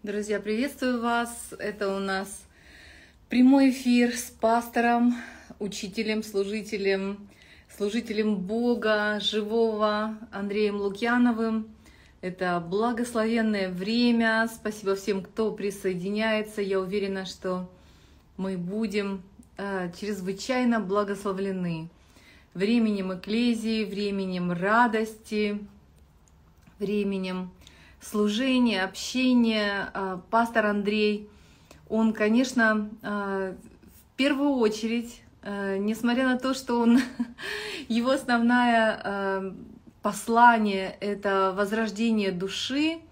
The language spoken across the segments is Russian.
Друзья, приветствую вас. Это у нас прямой эфир с пастором, учителем, служителем Бога, живого Андреем Лукьяновым. Это благословенное время. Спасибо всем, кто присоединяется. Я уверена, что мы будем чрезвычайно благословлены временем экклезии, временем радости, временем служение, общение. Пастор Андрей, он, конечно, в первую очередь, несмотря на то, что его основное послание — это возрождение души,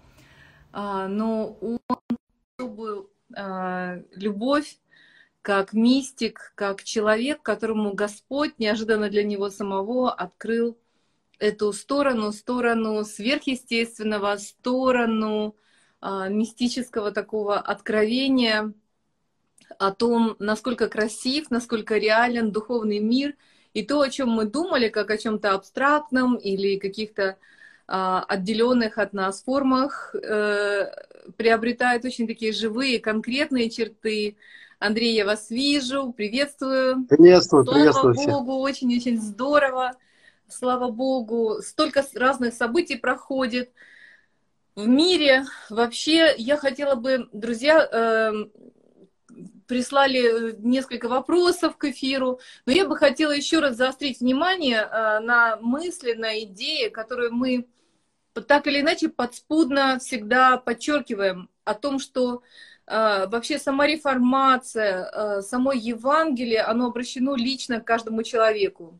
но он особую любовь, как мистик, как человек, которому Господь неожиданно для него самого открыл эту сторону сверхъестественного, сторону мистического такого откровения о том, насколько красив, насколько реален духовный мир, и то, о чем мы думали, как о чем-то абстрактном или каких-то отделенных от нас формах, приобретает очень такие живые, конкретные черты. Андрей, я вас вижу, приветствую. Приветствую, Слава приветствую всех. Богу, очень-очень здорово. Слава Богу, столько разных событий проходит в мире. Вообще, я хотела бы, друзья, прислали несколько вопросов к эфиру, но я бы хотела еще раз заострить внимание на мысли, на идеи, которые мы так или иначе подспудно всегда подчеркиваем о том, что вообще сама реформация, само Евангелие, оно обращено лично к каждому человеку.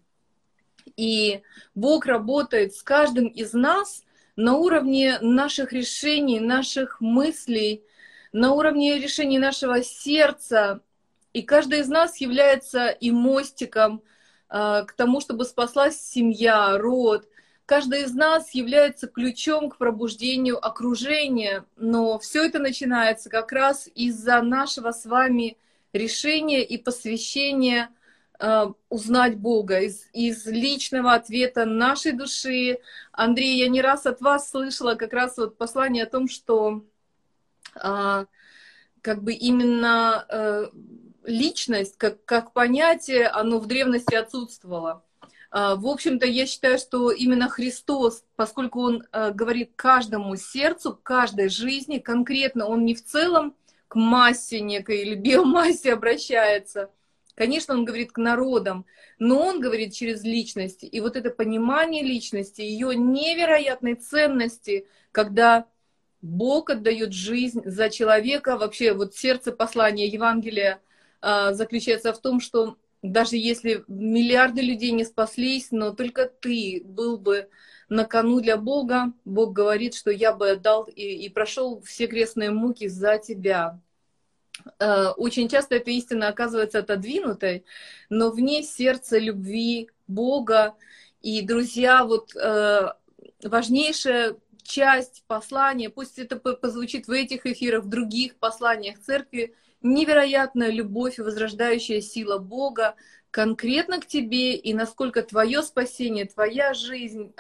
И Бог работает с каждым из нас на уровне наших решений, наших мыслей, на уровне решений нашего сердца. И каждый из нас является и мостиком к тому, чтобы спаслась семья, род. Каждый из нас является ключом к пробуждению окружения. Но все это начинается как раз из-за нашего с вами решения и посвящения узнать Бога, из личного ответа нашей души. Андрей, я не раз от вас слышала как раз вот послание о том, что как бы именно личность, как понятие, оно в древности отсутствовало. В общем-то, я считаю, что именно Христос, поскольку Он говорит каждому сердцу, каждой жизни, конкретно Он не в целом к массе некой или биомассе обращается. Конечно, Он говорит к народам, но Он говорит через личность. И вот это понимание личности, ее невероятной ценности, когда Бог отдает жизнь за человека. Вообще, вот сердце послания Евангелия заключается в том, что даже если миллиарды людей не спаслись, но только ты был бы на кону для Бога, Бог говорит, что я бы отдал и прошел все крестные муки за тебя. Очень часто эта истина оказывается отодвинутой, но в ней сердце любви Бога. И, друзья, вот важнейшая часть послания, пусть это позвучит в этих эфирах, в других посланиях церкви, невероятная любовь и возрождающая сила Бога конкретно к тебе, и насколько твое спасение, твоя жизнь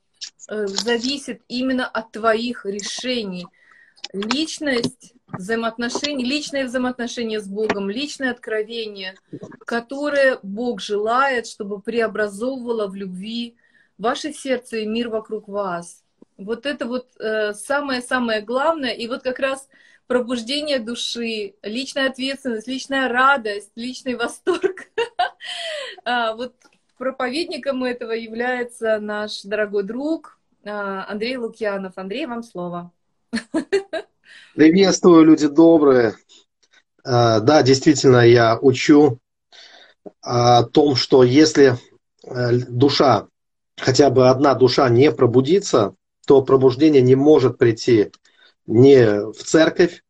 зависит именно от твоих решений. Личность, взаимоотношения, личные взаимоотношения с Богом, личное откровение, которое Бог желает, чтобы преобразовывало в любви ваше сердце и мир вокруг вас. Вот это вот самое-самое главное. И вот как раз пробуждение души, личная ответственность, личная радость, личный восторг. Вот проповедником этого является наш дорогой друг Андрей Лукьянов. Андрей, вам слово. Приветствую, люди добрые. Да, действительно, я учу о том, что если душа, хотя бы одна душа не пробудится, то пробуждение не может прийти не в церковь,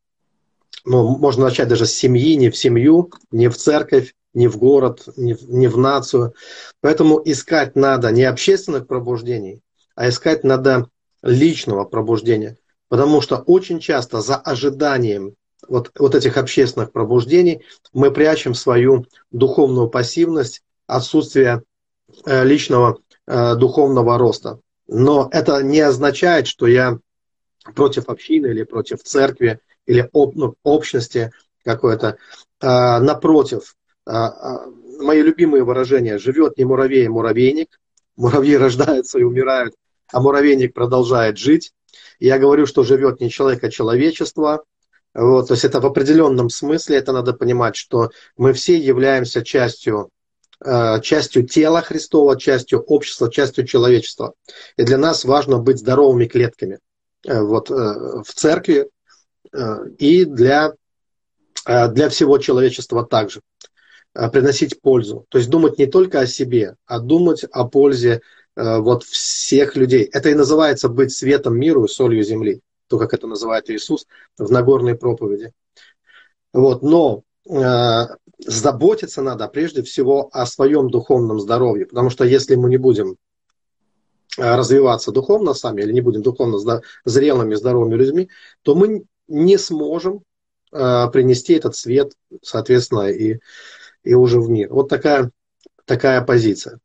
ну, можно начать даже с семьи, не в семью, не в церковь, не в город, не в нацию. Поэтому искать надо не общественных пробуждений, а искать надо личного пробуждения. Потому что очень часто за ожиданием вот этих общественных пробуждений мы прячем свою духовную пассивность, отсутствие личного духовного роста. Но это не означает, что я против общины или против церкви или общности какой-то. Напротив, мои любимые выражения: живет не муравей, а муравейник. Муравьи рождаются и умирают, а муравейник продолжает жить. Я говорю, что живет не человек, а человечество. Вот, то есть это в определенном смысле, это надо понимать, что мы все являемся частью тела Христова, частью общества, частью человечества. И для нас важно быть здоровыми клетками в церкви и для всего человечества также. Приносить пользу. То есть думать не только о себе, а думать о пользе всех людей. Это и называется быть светом миру и солью земли. То, как это называет Иисус в Нагорной проповеди. Но заботиться надо прежде всего о своем духовном здоровье. Потому что если мы не будем развиваться духовно сами, или не будем духовно зрелыми, здоровыми людьми, то мы не сможем принести этот свет, соответственно, и уже в мир. Вот такая позиция.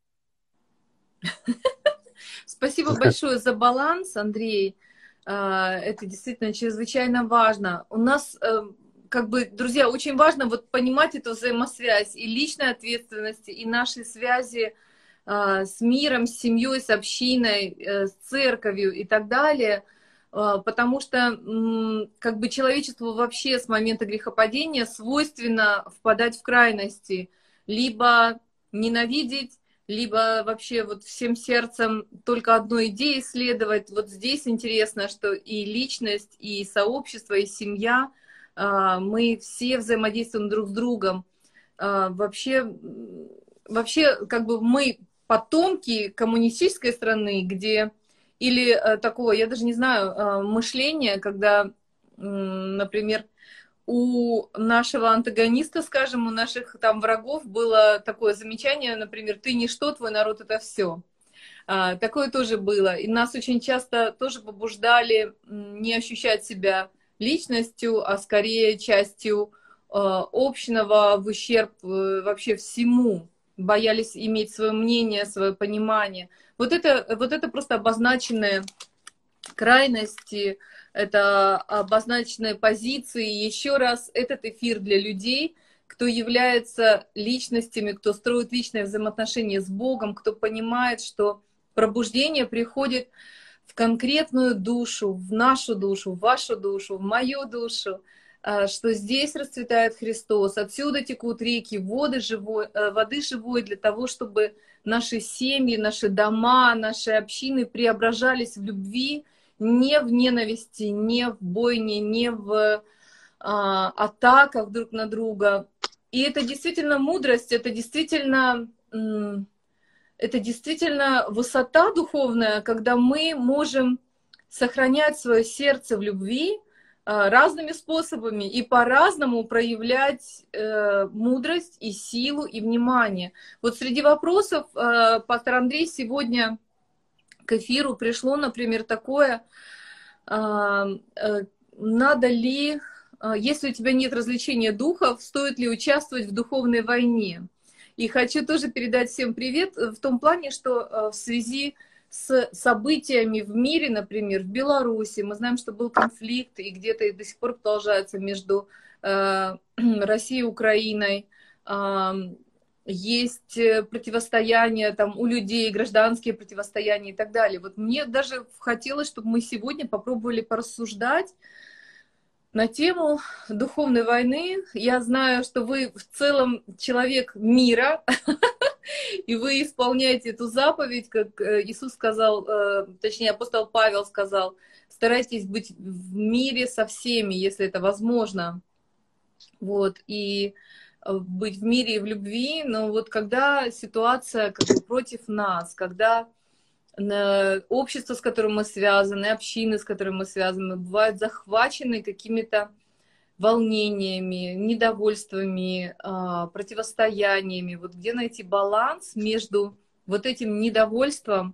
Спасибо большое за баланс, Андрей. Это действительно чрезвычайно важно. У нас, друзья, очень важно понимать эту взаимосвязь и личной ответственности, и нашей связи с миром, с семьей, с общиной, с церковью и так далее. Потому что человечеству вообще с момента грехопадения свойственно впадать в крайности. Либо ненавидеть, либо вообще всем сердцем только одной идее следовать. Вот здесь интересно, что и личность, и сообщество, и семья, мы все взаимодействуем друг с другом. Вообще мы потомки коммунистической страны, где или такого, я даже не знаю, мышления, когда, например, у нашего антагониста, скажем, у наших там врагов было такое замечание, например, ты ничто, твой народ это все. Такое тоже было. И нас очень часто тоже побуждали не ощущать себя личностью, а скорее частью общего в ущерб вообще всему. Боялись иметь свое мнение, свое понимание. Вот это просто обозначенные крайности, это обозначенные позиции. Еще раз, этот эфир для людей, кто является личностями, кто строит личные взаимоотношения с Богом, кто понимает, что пробуждение приходит в конкретную душу, в нашу душу, в вашу душу, в мою душу, что здесь расцветает Христос, отсюда текут реки воды живой для того, чтобы наши семьи, наши дома, наши общины преображались в любви, не в ненависти, не в бойне, не в атаках друг на друга. И это действительно мудрость, это действительно высота духовная, когда мы можем сохранять свое сердце в любви разными способами и по-разному проявлять мудрость и силу и внимание. Вот среди вопросов, пастор Андрей, сегодня к эфиру пришло, например, такое: надо ли, если у тебя нет развлечения духов, стоит ли участвовать в духовной войне? И хочу тоже передать всем привет в том плане, что в связи с событиями в мире, например, в Беларуси, мы знаем, что был конфликт, и где-то и до сих пор продолжается между Россией и Украиной. Есть противостояние там у людей, гражданские противостояния и так далее. Вот мне даже хотелось, чтобы мы сегодня попробовали порассуждать на тему духовной войны. Я знаю, что вы в целом человек мира, и вы исполняете эту заповедь, как Иисус сказал, точнее, апостол Павел сказал: старайтесь быть в мире со всеми, если это возможно. Вот, и быть в мире и в любви, но вот когда ситуация против нас, когда общество, с которым мы связаны, общины, с которыми мы связаны, бывают захвачены какими-то волнениями, недовольствами, противостояниями. Вот где найти баланс между вот этим недовольством,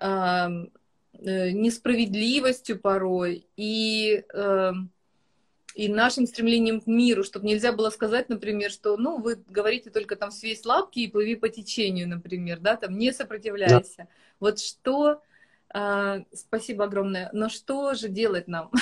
несправедливостью порой и нашим стремлением к миру, чтобы нельзя было сказать, например, что, вы говорите только там свесь лапки и плыви по течению, например, да, там не сопротивляйся. Да. Вот что Спасибо огромное. Но что же делать нам?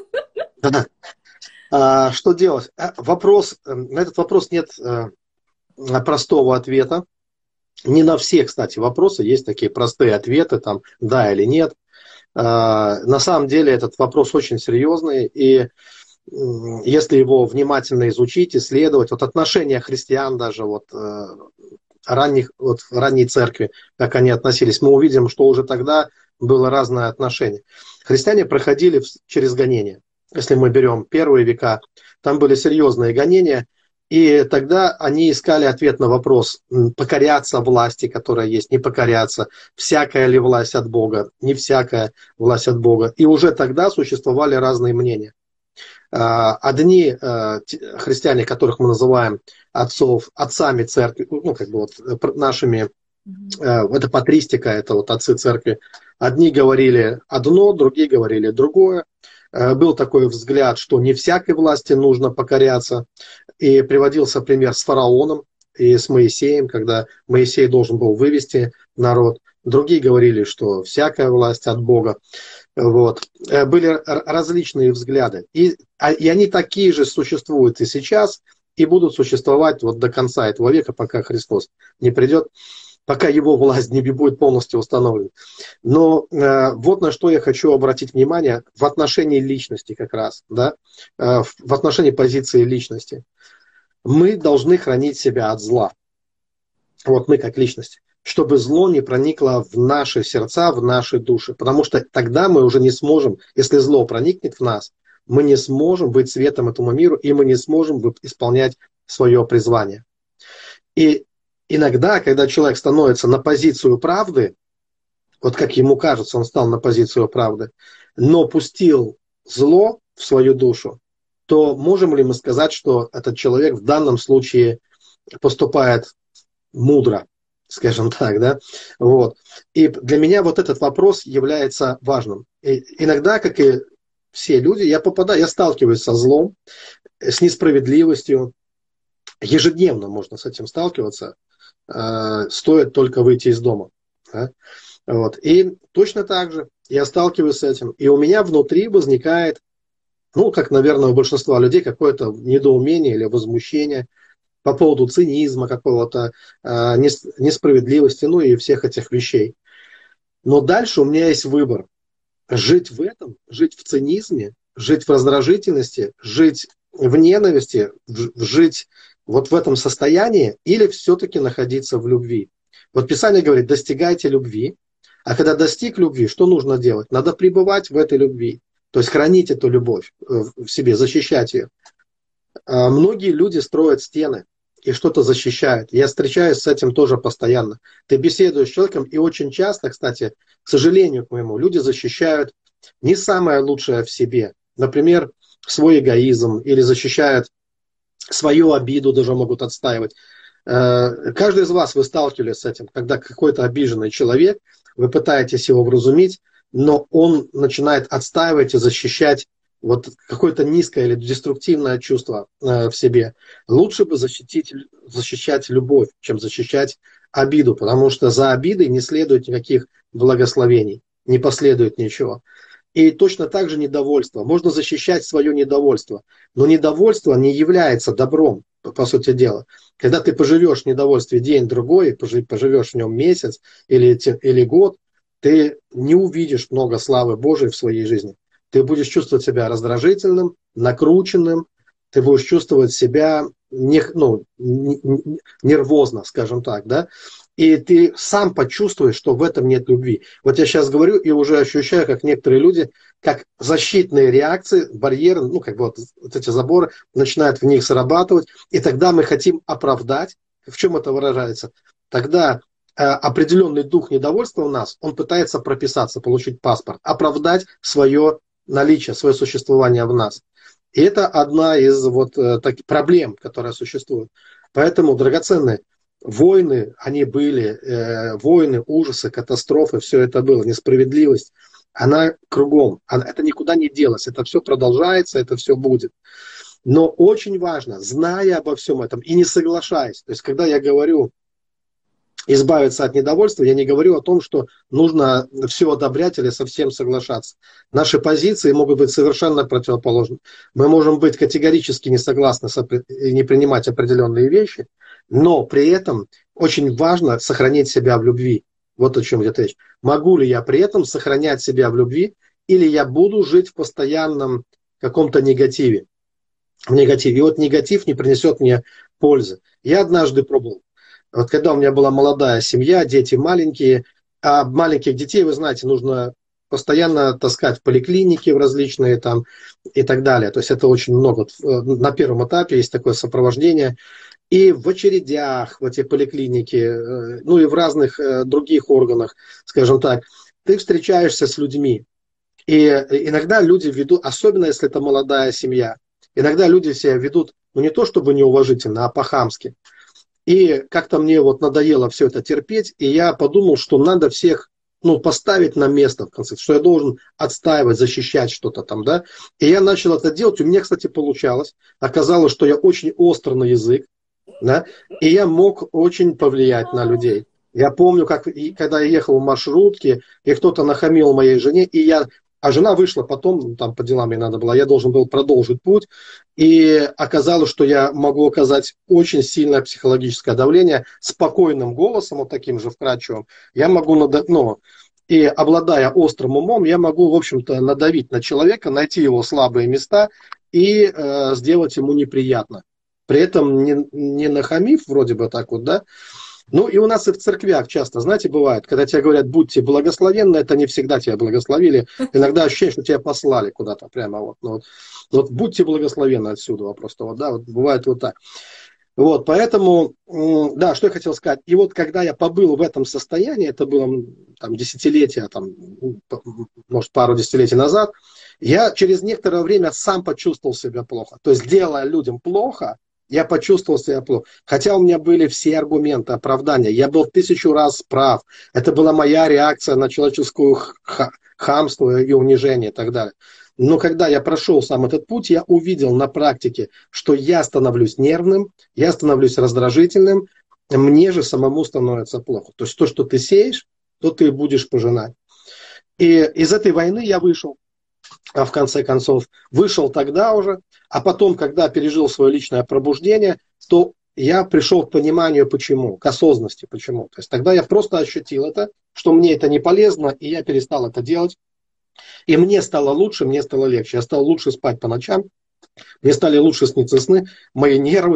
Что делать? На этот вопрос нет простого ответа. Не на все, кстати, вопросы есть такие простые ответы, там, да или нет. На самом деле этот вопрос очень серьезный, и если его внимательно изучить, исследовать, вот отношения христиан даже, ранней церкви, как они относились, мы увидим, что уже тогда было разное отношение. Христиане проходили через гонения. Если мы берем первые века, там были серьезные гонения, и тогда они искали ответ на вопрос, покоряться власти, которая есть, не покоряться, всякая ли власть от Бога, не всякая власть от Бога. И уже тогда существовали разные мнения. Одни христиане, которых мы называем отцами церкви, нашими, это патристика, это вот отцы церкви, одни говорили одно, другие говорили другое. Был такой взгляд, что не всякой власти нужно покоряться. И приводился пример с фараоном и с Моисеем, когда Моисей должен был вывести народ. Другие говорили, что всякая власть от Бога. Были различные взгляды. И они такие же существуют и сейчас, и будут существовать до конца этого века, пока Христос не придет, пока его власть не будет полностью установлена. Но вот на что я хочу обратить внимание в отношении личности как раз, да, в отношении позиции личности. Мы должны хранить себя от зла. Мы как личность. Чтобы зло не проникло в наши сердца, в наши души. Потому что тогда мы уже не сможем, если зло проникнет в нас, мы не сможем быть светом этому миру, и мы не сможем исполнять свое призвание. И иногда, когда человек становится на позицию правды, как ему кажется, он стал на позицию правды, но пустил зло в свою душу, то можем ли мы сказать, что этот человек в данном случае поступает мудро, скажем так, да? И для меня этот вопрос является важным. И иногда, как и все люди, я сталкиваюсь со злом, с несправедливостью. Ежедневно можно с этим сталкиваться, стоит только выйти из дома. Да? И точно так же я сталкиваюсь с этим. И у меня внутри возникает, как, наверное, у большинства людей, какое-то недоумение или возмущение по поводу цинизма какого-то, несправедливости, и всех этих вещей. Но дальше у меня есть выбор. Жить в этом, жить в цинизме, жить в раздражительности, жить в ненависти, жить в этом состоянии или все-таки находиться в любви. Писание говорит, достигайте любви. А когда достиг любви, что нужно делать? Надо пребывать в этой любви. То есть хранить эту любовь в себе, защищать ее. Многие люди строят стены и что-то защищают. Я встречаюсь с этим тоже постоянно. Ты беседуешь с человеком, и очень часто, кстати, к сожалению к моему, люди защищают не самое лучшее в себе. Например, свой эгоизм или защищают свою обиду, даже могут отстаивать. Каждый из вас, вы сталкивались с этим, когда какой-то обиженный человек, вы пытаетесь его вразумить, но он начинает отстаивать и защищать какое-то низкое или деструктивное чувство в себе. Лучше бы защищать любовь, чем защищать обиду, потому что за обидой не следует никаких благословений, не последует ничего. И точно так же недовольство. Можно защищать свое недовольство, но недовольство не является добром, по сути дела. Когда ты поживешь в недовольстве день-другой, поживешь в нем месяц или год, ты не увидишь много славы Божией в своей жизни. Ты будешь чувствовать себя раздражительным, накрученным, ты будешь чувствовать себя нервозно, скажем так, да? И ты сам почувствуешь, что в этом нет любви. Я сейчас говорю и уже ощущаю, как некоторые люди, как защитные реакции, барьеры, эти заборы начинают в них срабатывать, и тогда мы хотим оправдать. В чем это выражается? Тогда определенный дух недовольства у нас, он пытается прописаться, получить паспорт, оправдать свое наличие, свое существование в нас. И это одна из таких проблем, которая существует. Поэтому, драгоценные, войны, они были, войны, ужасы, катастрофы, все это было, несправедливость, она кругом, это никуда не делось, это все продолжается, это все будет. Но очень важно, зная обо всем этом и не соглашаясь, то есть когда я говорю избавиться от недовольства, я не говорю о том, что нужно все одобрять или совсем соглашаться. Наши позиции могут быть совершенно противоположны. Мы можем быть категорически не согласны и не принимать определенные вещи, но при этом очень важно сохранить себя в любви. Вот о чем идет речь. Могу ли я при этом сохранять себя в любви, или я буду жить в постоянном каком-то негативе? В негативе. И вот негатив не принесет мне пользы. Я однажды пробовал. Вот когда у меня была молодая семья, дети маленькие, а маленьких детей, вы знаете, нужно постоянно таскать в поликлиники в различные там и так далее. То есть это очень много. На первом этапе есть такое сопровождение. И в очередях, в эти поликлиники, ну и в разных других органах, скажем так, ты встречаешься с людьми. И иногда люди ведут, особенно если это молодая семья, иногда люди себя ведут, ну не то чтобы неуважительно, а по-хамски. И как-то мне вот надоело все это терпеть, и я подумал, что надо всех, ну, поставить на место, в конце, что я должен отстаивать, защищать что-то там, да. И я начал это делать, у меня, кстати, получалось. Оказалось, что я очень остр на язык, да, и я мог очень повлиять на людей. Я помню, как, когда я ехал в маршрутке, и кто-то нахамил моей жене, а жена вышла потом, там по делам ей надо было, я должен был продолжить путь, и оказалось, что я могу оказать очень сильное психологическое давление спокойным голосом, вот таким же вкрадчивым. Я могу, и обладая острым умом, я могу, в общем-то, надавить на человека, найти его слабые места и сделать ему неприятно. При этом не нахамив, вроде бы так вот, да. Ну и у нас и в церквях часто, знаете, бывает, когда тебе говорят, будьте благословенны, это не всегда тебя благословили. Иногда ощущение, что тебя послали куда-то прямо вот. Ну, вот будьте благословенны отсюда просто, вот, да, вот бывает вот так. Вот, поэтому, да, что я хотел сказать. И вот когда я побыл в этом состоянии, это было там десятилетия, там, может, пару десятилетий назад, я через некоторое время сам почувствовал себя плохо. То есть, делая людям плохо, я почувствовал себя плохо. Хотя у меня были все аргументы, оправдания. Я был 1000 раз прав. Это была моя реакция на человеческое хамство и унижение и так далее. Но когда я прошел сам этот путь, я увидел на практике, что я становлюсь нервным, я становлюсь раздражительным, мне же самому становится плохо. То есть то, что ты сеешь, то ты будешь пожинать. И из этой войны я вышел. В конце концов, вышел тогда уже, а потом, когда пережил свое личное пробуждение, то я пришел к пониманию, почему, к осознанности, почему. То есть тогда я просто ощутил это, что мне это не полезно, и я перестал это делать. И мне стало лучше, мне стало легче. Я стал лучше спать по ночам, мне стали лучше сниться сны, мои нервы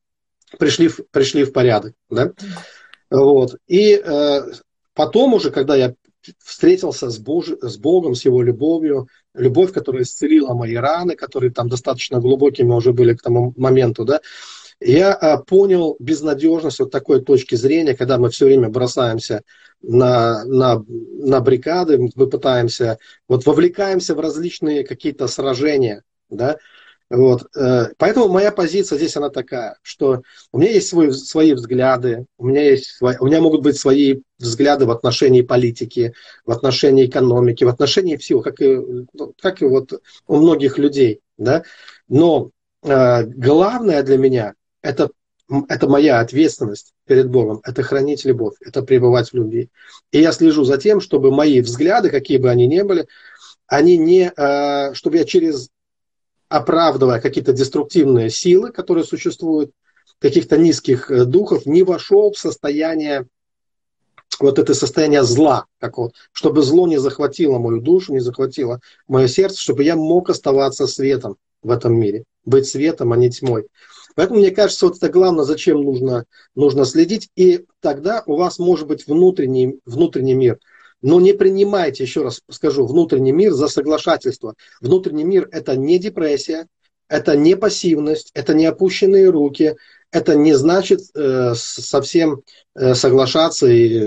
пришли в порядок. Да? Вот. И потом уже, когда я встретился с Богом, с Его любовью, любовь, которая исцелила мои раны, которые там достаточно глубокими уже были к тому моменту, да, я понял безнадежность вот такой точки зрения, когда мы все время бросаемся на баррикады, мы пытаемся, вот вовлекаемся в различные какие-то сражения, да, вот. Поэтому моя позиция здесь она такая, что у меня есть свои взгляды, у меня могут быть свои взгляды в отношении политики, в отношении экономики, в отношении всего, как и вот у многих людей. Да? Но главное для меня это моя ответственность перед Богом, это хранить любовь, это пребывать в любви. И я слежу за тем, чтобы мои взгляды, какие бы они ни были, они не, чтобы я оправдывая какие-то деструктивные силы, которые существуют, каких-то низких духов, не вошел в состояние, вот это состояние зла, чтобы зло не захватило мою душу, не захватило мое сердце, чтобы я мог оставаться светом в этом мире, быть светом, а не тьмой. Поэтому, мне кажется, вот это главное, зачем нужно следить, и тогда у вас может быть внутренний мир. Но не принимайте, еще раз скажу, внутренний мир за соглашательство. Внутренний мир – это не депрессия, это не пассивность, это не опущенные руки, это не значит совсем соглашаться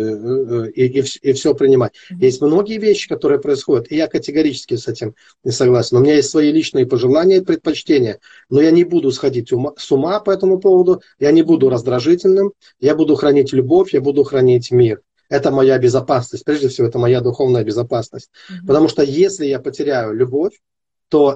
и все принимать. Есть многие вещи, которые происходят, и я категорически с этим не согласен. У меня есть свои личные пожелания и предпочтения, но я не буду сходить с ума по этому поводу, я не буду раздражительным, я буду хранить любовь, я буду хранить мир. Это моя безопасность. Прежде всего, это моя духовная безопасность. Потому что если я потеряю любовь, то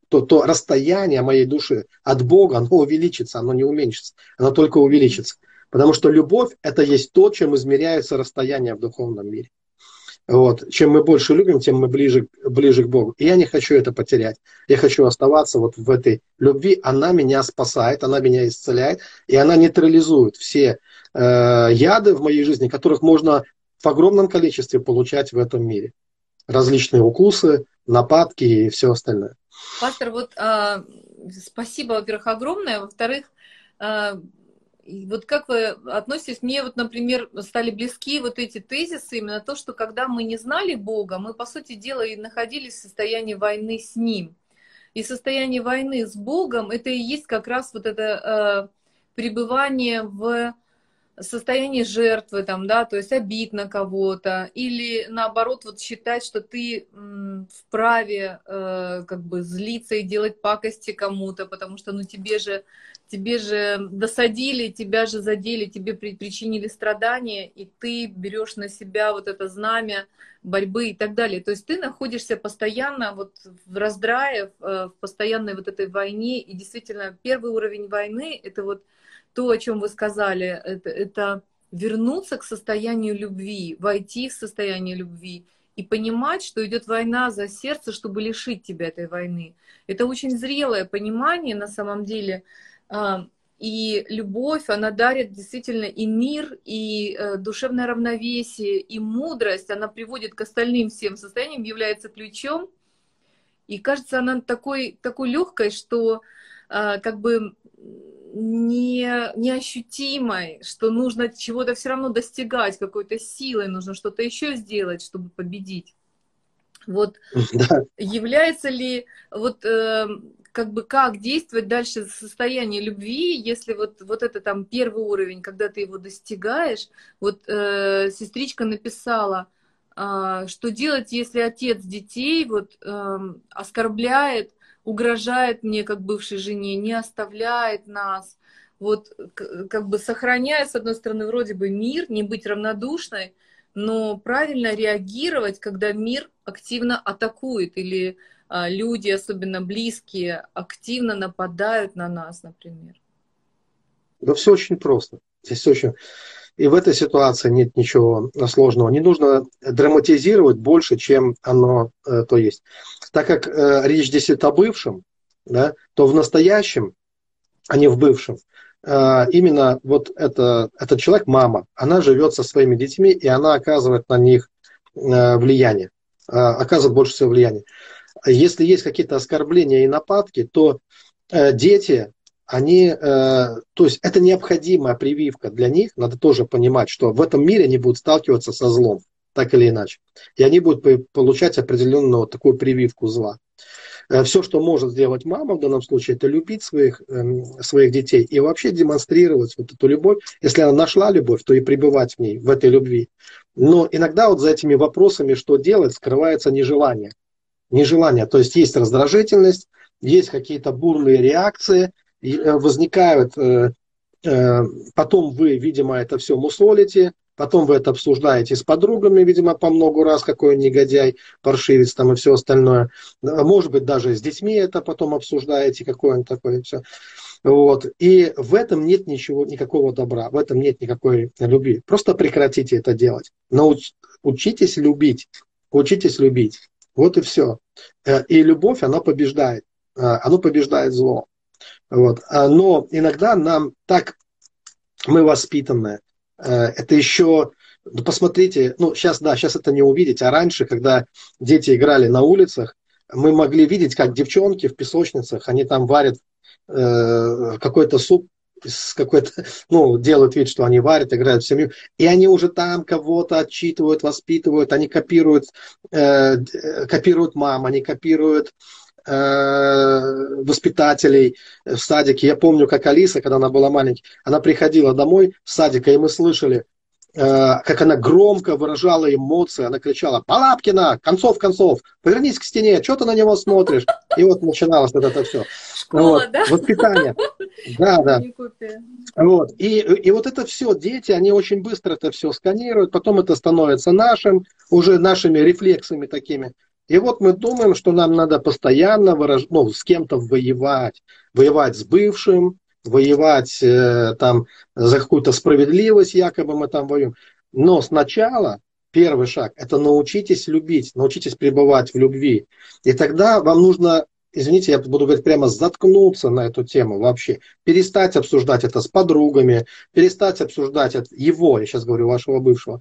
расстояние моей души от Бога, оно увеличится, оно не уменьшится, оно только увеличится. Потому что любовь – это есть то, чем измеряется расстояние в духовном мире. Вот. Чем мы больше любим, тем мы ближе к Богу. И я не хочу это потерять. Я хочу оставаться вот в этой любви. Она меня спасает, она меня исцеляет, и она нейтрализует все яды в моей жизни, которых можно в огромном количестве получать в этом мире. Различные укусы, нападки и все остальное. Пастор, вот спасибо, во-первых, огромное. Во-вторых, вот как вы относитесь? Мне вот, например, стали близки вот эти тезисы, именно то, что когда мы не знали Бога, мы, по сути дела, и находились в состоянии войны с Ним. И состояние войны с Богом, это и есть как раз вот это пребывание в состояние жертвы, там, да, то есть обид на кого-то, или наоборот вот считать, что ты вправе как бы злиться и делать пакости кому-то, потому что ну тебе же досадили, тебя же задели, тебе причинили страдания, и ты берешь на себя вот это знамя борьбы и так далее. То есть ты находишься постоянно вот в раздрае, в постоянной вот этой войне, и действительно первый уровень войны — это вот то, о чем вы сказали, это вернуться к состоянию любви, войти в состояние любви и понимать, что идет война за сердце, чтобы лишить тебя этой войны. Это очень зрелое понимание на самом деле. И любовь, она дарит действительно и мир, и душевное равновесие, и мудрость. Она приводит к остальным всем состояниям, является ключом. И кажется, она такой легкой, что как бы неощутимой, что нужно чего-то все равно достигать, какой-то силой, нужно что-то еще сделать, чтобы победить. Вот является ли вот как бы как действовать дальше в состоянии любви, если вот это там первый уровень, когда ты его достигаешь, вот сестричка написала, что делать, если отец детей вот оскорбляет, угрожает мне как бывшей жене, не оставляет нас, вот как бы сохраняя, с одной стороны, вроде бы мир, не быть равнодушной, но правильно реагировать, когда мир активно атакует, или люди, особенно близкие, активно нападают на нас, например. Да все очень просто. Здесь очень... И в этой ситуации нет ничего сложного. Не нужно драматизировать больше, чем оно то есть. Так как речь здесь идет о бывшем, да, то в настоящем, а не в бывшем, именно вот этот человек, мама, она живет со своими детьми, и она оказывает на них влияние, оказывает больше всего влияния. Если есть какие-то оскорбления и нападки, то дети... то есть это необходимая прививка для них, надо тоже понимать, что в этом мире они будут сталкиваться со злом, так или иначе. И они будут получать определенную такую прививку зла. Все, что может сделать мама в данном случае, это любить своих детей и вообще демонстрировать вот эту любовь. Если она нашла любовь, то и пребывать в ней, в этой любви. Но иногда вот за этими вопросами, что делать, скрывается нежелание. Нежелание, то есть есть раздражительность, есть какие-то бурные реакции, возникают, потом вы, видимо, это все мусолите, потом вы это обсуждаете с подругами, видимо, по много раз, какой он негодяй, паршивец там и все остальное. Может быть, даже с детьми это потом обсуждаете, какой он такой, и все. Вот. И в этом нет никакого добра, в этом нет никакой любви. Просто прекратите это делать. Учитесь любить. Вот и все. И любовь, она побеждает. Она побеждает зло. Вот. Но иногда нам так, мы воспитаны, это еще, посмотрите, сейчас это не увидеть, а раньше, когда дети играли на улицах, мы могли видеть, как девчонки в песочницах, они там варят какой-то суп, делают вид, что они варят, играют в семью, и они уже там кого-то отчитывают, воспитывают, они копируют мам, они копируют воспитателей в садике. Я помню, как Алиса, когда она была маленькой, она приходила домой с садика, и мы слышали, как она громко выражала эмоции, она кричала: «Балабкина, концов, повернись к стене, что ты на него смотришь?» И вот начиналось вот это все. Школа, да? Воспитание. Да. Вот. И вот это все, дети, они очень быстро это все сканируют, потом это становится уже нашими рефлексами такими. И вот мы думаем, что нам надо постоянно с кем-то воевать с бывшим, воевать там за какую-то справедливость, якобы мы там воюем. Но сначала первый шаг – это научитесь любить, научитесь пребывать в любви. И тогда вам нужно, извините, я буду говорить прямо, заткнуться на эту тему вообще. Перестать обсуждать это с подругами, перестать обсуждать это, его, я сейчас говорю, вашего бывшего,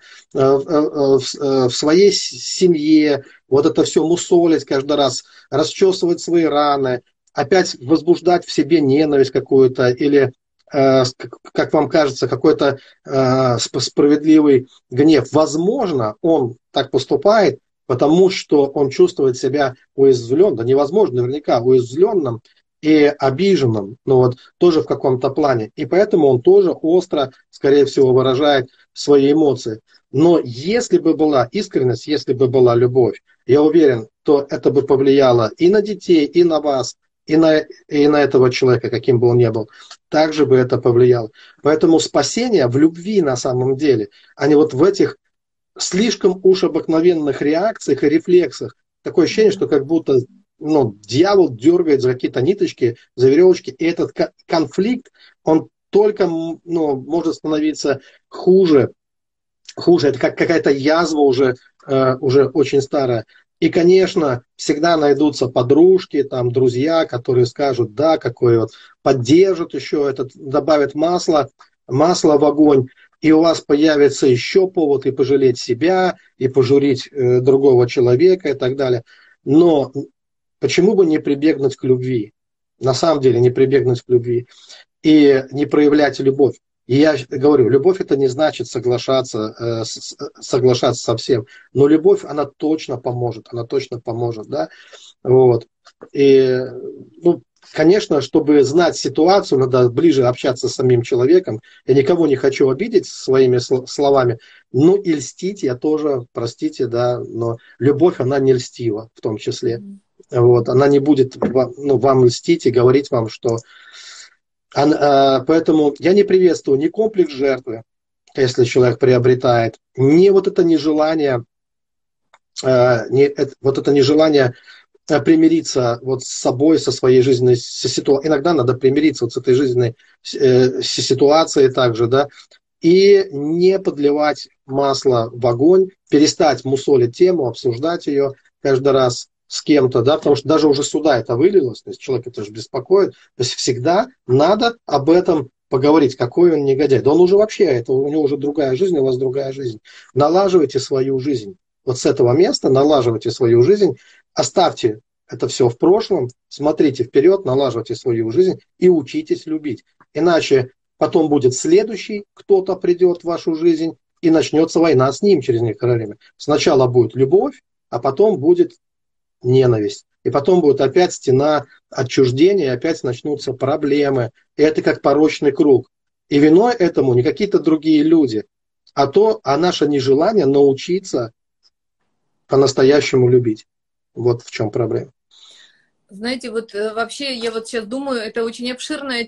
в своей семье, вот это все мусолить каждый раз, расчесывать свои раны, опять возбуждать в себе ненависть какую-то или, как вам кажется, какой-то справедливый гнев. Возможно, он так поступает, потому что он чувствует себя уязвленным, да невозможно, наверняка уязвленным и обиженным, но вот тоже в каком-то плане. И поэтому он тоже остро, скорее всего, выражает свои эмоции. Но если бы была искренность, если бы была любовь, я уверен, то это бы повлияло и на детей, и на вас, и на этого человека, каким бы он ни был, также бы это повлияло. Поэтому спасение в любви на самом деле, а не вот в этих слишком уж обыкновенных реакциях и рефлексах. Такое ощущение, что как будто дьявол дергает за какие-то ниточки, за веревочки, и этот конфликт, он только может становиться хуже. Это как какая-то язва уже очень старая. И, конечно, всегда найдутся подружки, там, друзья, которые скажут, да, какой вот, поддержат еще этот, добавят масло в огонь, и у вас появится еще повод и пожалеть себя, и пожурить другого человека и так далее. Но почему бы не прибегнуть к любви? На самом деле не прибегнуть к любви и не проявлять любовь. И я говорю, любовь это не значит соглашаться со всем. Но любовь, она точно поможет, да. Вот. И, конечно, чтобы знать ситуацию, надо ближе общаться с самим человеком. Я никого не хочу обидеть своими словами. И льстить я тоже, простите, да, но любовь, она не льстива в том числе. Вот. Она не будет вам льстить и говорить вам, что... Поэтому я не приветствую ни комплекс жертвы, если человек приобретает, ни вот это нежелание, примириться вот с собой, со своей жизненной ситуацией. Иногда надо примириться вот с этой жизненной ситуацией также, да, и не подливать масло в огонь, перестать мусолить тему, обсуждать ее каждый раз с кем-то, да, потому что даже уже сюда это вылилось, то есть человек это же беспокоит, то есть всегда надо об этом поговорить, какой он негодяй. Да он уже вообще, у него уже другая жизнь, у вас другая жизнь. Налаживайте свою жизнь. Вот с этого места налаживайте свою жизнь, оставьте это все в прошлом, смотрите вперед, налаживайте свою жизнь и учитесь любить. Иначе потом будет следующий, кто-то придет в вашу жизнь, и начнется война с ним через некоторое время. Сначала будет любовь, а потом будет ненависть. И потом будет опять стена отчуждения, и опять начнутся проблемы. И это как порочный круг. И виной этому не какие-то другие люди, а наше нежелание научиться по-настоящему любить. Вот в чем проблема. Знаете, вот вообще я вот сейчас думаю, это очень обширная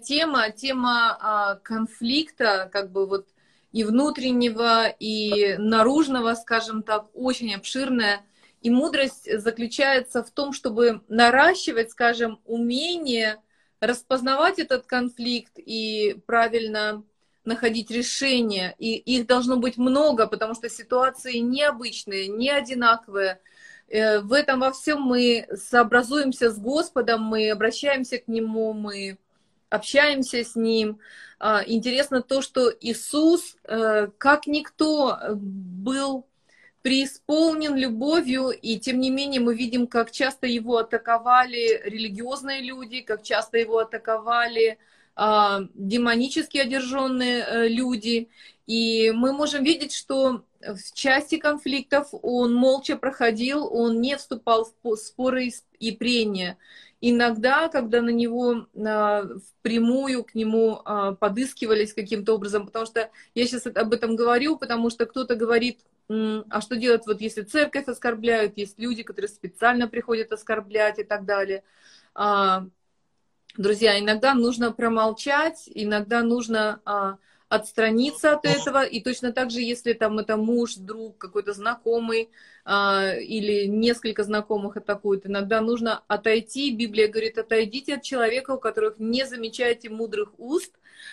тема конфликта, как бы вот и внутреннего, и наружного, скажем так, очень обширная. И мудрость заключается в том, чтобы наращивать, скажем, умение распознавать этот конфликт и правильно находить решения. И их должно быть много, потому что ситуации необычные, не одинаковые. В этом во всем мы сообразуемся с Господом, мы обращаемся к Нему, мы общаемся с Ним. Интересно то, что Иисус, как никто, был преисполнен любовью, и тем не менее мы видим, как часто Его атаковали религиозные люди, как часто Его атаковали демонически одерженные люди. И мы можем видеть, что в части конфликтов он молча проходил, он не вступал в споры и прения. Иногда, когда на него впрямую к нему подыскивались каким-то образом, потому что я сейчас об этом говорю, потому что кто-то говорит, а что делать, вот если церковь оскорбляют, есть люди, которые специально приходят оскорблять и так далее. Друзья, иногда нужно промолчать, иногда нужно отстраниться от этого. И точно так же, если там это муж, друг, какой-то знакомый или несколько знакомых атакуют, иногда нужно отойти. Библия говорит, отойдите от человека, у которых не замечаете мудрых уст.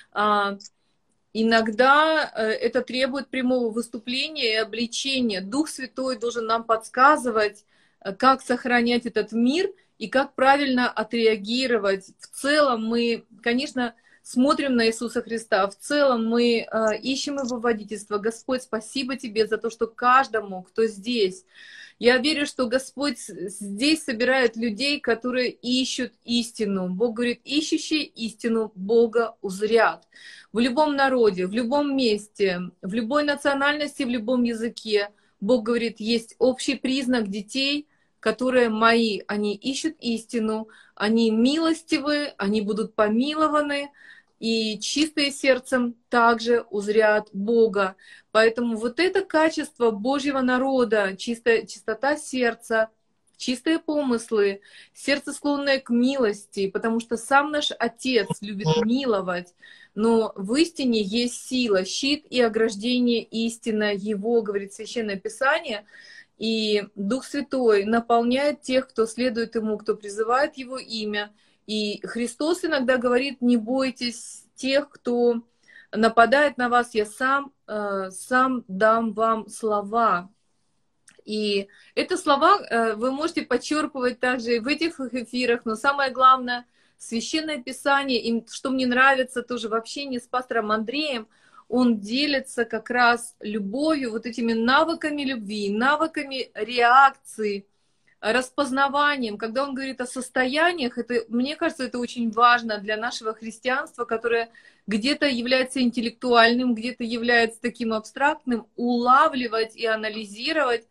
Иногда это требует прямого выступления и обличения. Дух Святой должен нам подсказывать, как сохранять этот мир и как правильно отреагировать. В целом мы, конечно, смотрим на Иисуса Христа, в целом мы ищем Его водительство. Господь, спасибо Тебе за то, что каждому, кто здесь, я верю, что Господь здесь собирает людей, которые ищут истину. Бог говорит, ищущие истину Бога узрят. В любом народе, в любом месте, в любой национальности, в любом языке. Бог говорит, есть общий признак детей, которые мои. Они ищут истину, они милостивы, они будут помилованы. И чистые сердцем также узрят Бога. Поэтому вот это качество Божьего народа, чистота сердца, чистые помыслы, сердце склонное к милости, потому что сам наш Отец любит миловать, но в истине есть сила, щит и ограждение истина Его, говорит Священное Писание, и Дух Святой наполняет тех, кто следует Ему, кто призывает Его имя. И Христос иногда говорит, не бойтесь тех, кто нападает на вас, я сам дам вам слова. И это слова вы можете подчерпывать также и в этих эфирах, но самое главное, Священное Писание, и что мне нравится тоже в общении с пастором Андреем, он делится как раз любовью, вот этими навыками любви, навыками реакции, распознаванием. Когда он говорит о состояниях, это, мне кажется, это очень важно для нашего христианства, которое где-то является интеллектуальным, где-то является таким абстрактным, улавливать и анализировать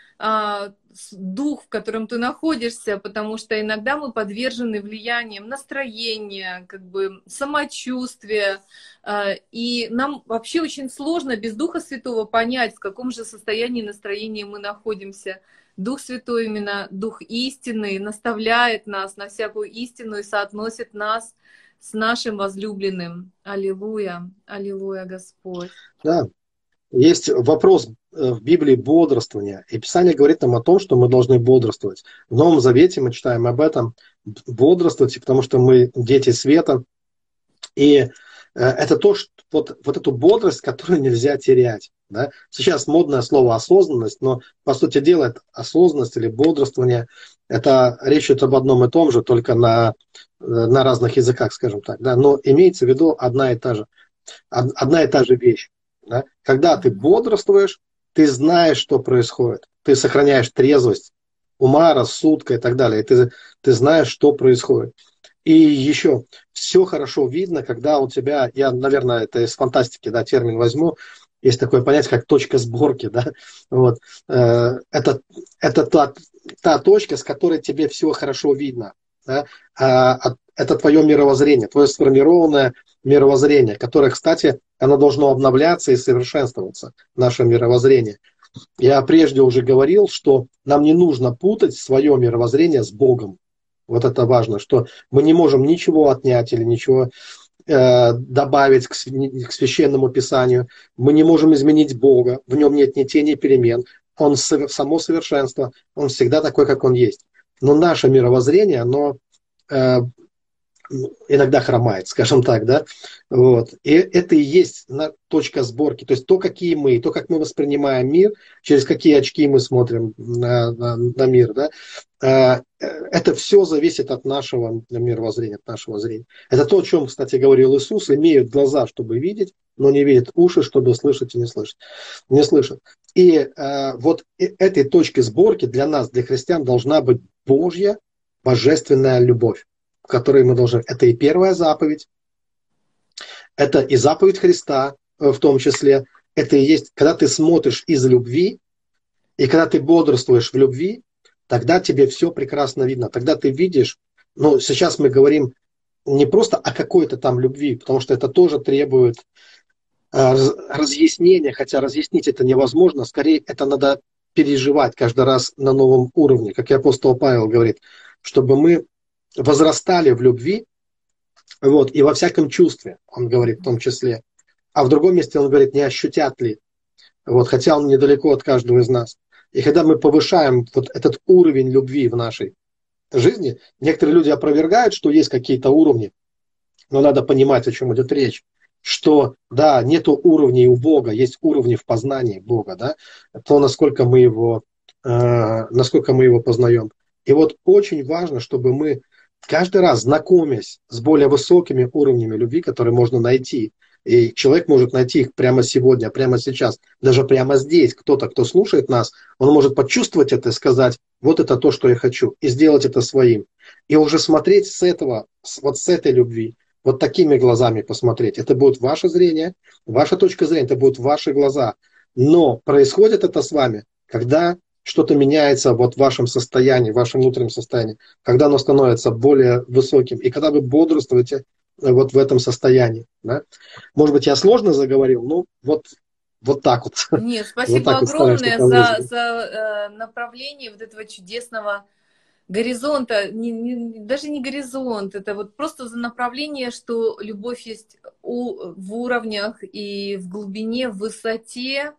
дух, в котором ты находишься, потому что иногда мы подвержены влиянием настроения, как бы самочувствия, и нам вообще очень сложно без Духа Святого понять, в каком же состоянии настроения мы находимся. Дух Святой, именно Дух истины, наставляет нас на всякую истину и соотносит нас с нашим возлюбленным. Аллилуйя, аллилуйя, Господь. Да, есть вопрос в Библии бодрствования. И Писание говорит нам о том, что мы должны бодрствовать. В Новом Завете мы читаем об этом. Бодрствуйте, потому что мы дети света. И это то, что вот эту бодрость, которую нельзя терять. Да? Сейчас модное слово осознанность, но по сути дела это осознанность или бодрствование, это речь идет об одном и том же, только на разных языках, скажем так. Да? Но имеется в виду одна и та же вещь. Да? Когда ты бодрствуешь, ты знаешь, что происходит. Ты сохраняешь трезвость ума, рассудка и так далее. И ты знаешь, что происходит. И еще все хорошо видно, когда у тебя, я, наверное, это из фантастики, да, термин возьму, есть такое понятие, как точка сборки, да, вот, это та точка, с которой тебе все хорошо видно, да? Это твое мировоззрение, твое сформированное мировоззрение, которое, кстати, оно должно обновляться и совершенствоваться, наше мировоззрение. Я прежде уже говорил, что нам не нужно путать свое мировоззрение с Богом. Вот это важно, что мы не можем ничего отнять или ничего добавить к священному писанию. Мы не можем изменить Бога, в нем нет ни тени перемен. Он само совершенство, он всегда такой, как он есть. Но наше мировоззрение, оно иногда хромает, скажем так, да, вот. И это и есть точка сборки, то есть то, какие мы, то, как мы воспринимаем мир, через какие очки мы смотрим на мир, да, это все зависит от нашего мировоззрения, от нашего зрения. Это то, о чем, кстати, говорил Иисус: имеют глаза, чтобы видеть, но не видят уши, чтобы слышать и не слышат. И вот этой точки сборки для нас, для христиан, должна быть Божья божественная любовь, в которой мы должны... Это и первая заповедь, это и заповедь Христа в том числе. Это и есть, когда ты смотришь из любви, и когда ты бодрствуешь в любви, тогда тебе все прекрасно видно. Тогда ты видишь, ну, сейчас мы говорим не просто о какой-то там любви, потому что это тоже требует разъяснения, хотя разъяснить это невозможно. Скорее, это надо переживать каждый раз на новом уровне. Как и апостол Павел говорит, чтобы мы возрастали в любви, вот, и во всяком чувстве, он говорит в том числе. А в другом месте он говорит, не ощутят ли. Вот, хотя он недалеко от каждого из нас. И когда мы повышаем вот этот уровень любви в нашей жизни, некоторые люди опровергают, что есть какие-то уровни, но надо понимать, о чем идет речь. Что, да, нету уровней у Бога, есть уровни в познании Бога, да, то, насколько мы его познаем. И вот очень важно, чтобы мы каждый раз, знакомясь с более высокими уровнями любви, которые можно найти, и человек может найти их прямо сегодня, прямо сейчас, даже прямо здесь. Кто-то, кто слушает нас, он может почувствовать это и сказать, вот это то, что я хочу, и сделать это своим. И уже смотреть с этого, вот с этой любви, вот такими глазами посмотреть. Это будет ваше зрение, ваша точка зрения, это будут ваши глаза. Но происходит это с вами, когда что-то меняется вот в вашем состоянии, в вашем внутреннем состоянии, когда оно становится более высоким, и когда вы бодрствуете вот в этом состоянии. Да? Может быть, я сложно заговорил, но вот так вот. Нет, Вот спасибо так вот стараюсь огромное это выразить. за направление вот этого чудесного горизонта, даже не горизонт, это вот просто за направление, что любовь есть в уровнях и в глубине, в высоте.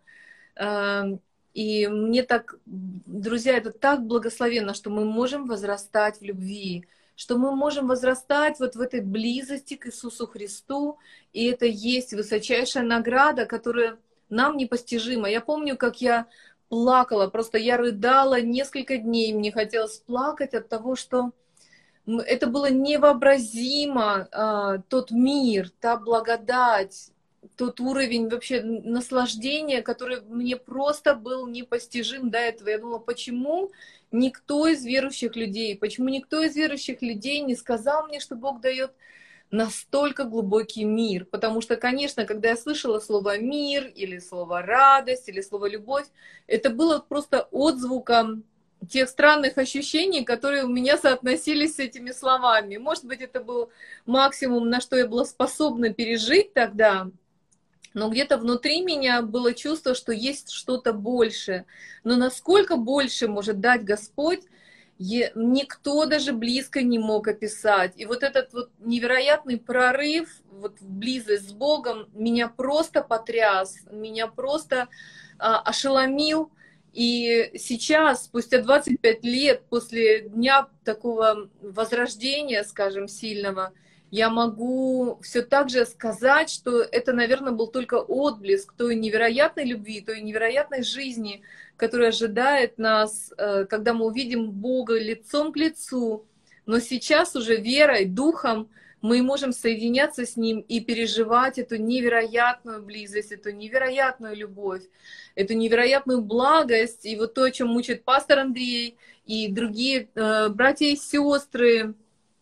Э, И мне так, друзья, это так благословенно, что мы можем возрастать в любви, что мы можем возрастать вот в этой близости к Иисусу Христу, и это есть высочайшая награда, которая нам непостижима. Я помню, как я плакала, просто я рыдала несколько дней, мне хотелось плакать от того, что это было невообразимо, тот мир, та благодать, тот уровень вообще наслаждения, который мне просто был непостижим до этого. Я думала, почему никто из верующих людей, почему никто из верующих людей не сказал мне, что Бог дает настолько глубокий мир. Потому что, конечно, когда я слышала слово «мир» или слово «радость» или слово «любовь», это было просто отзвуком тех странных ощущений, которые у меня соотносились с этими словами. Может быть, это был максимум, на что я была способна пережить тогда, но где-то внутри меня было чувство, что есть что-то большее. Но насколько больше может дать Господь, никто даже близко не мог описать. И вот этот вот невероятный прорыв вот в близость с Богом меня просто потряс, меня просто ошеломил. И сейчас, спустя 25 лет после дня такого возрождения, скажем, сильного, я могу все так же сказать, что это, наверное, был только отблеск той невероятной любви, той невероятной жизни, которая ожидает нас, когда мы увидим Бога лицом к лицу. Но сейчас уже верой, духом мы можем соединяться с Ним и переживать эту невероятную близость, эту невероятную любовь, эту невероятную благость. И вот то, о чем учит пастор Андрей и другие братья и сестры,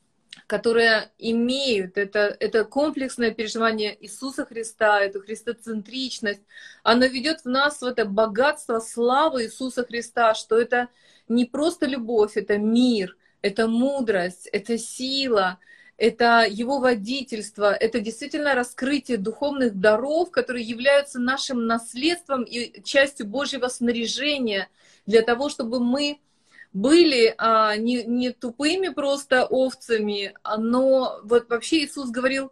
которые имеют это комплексное переживание Иисуса Христа, эту христоцентричность, оно ведет в нас в это богатство славы Иисуса Христа, что это не просто любовь, это мир, это мудрость, это сила, это Его водительство, это действительно раскрытие духовных даров, которые являются нашим наследством и частью Божьего снаряжения для того, чтобы мы были не тупыми просто овцами, но вот вообще Иисус говорил,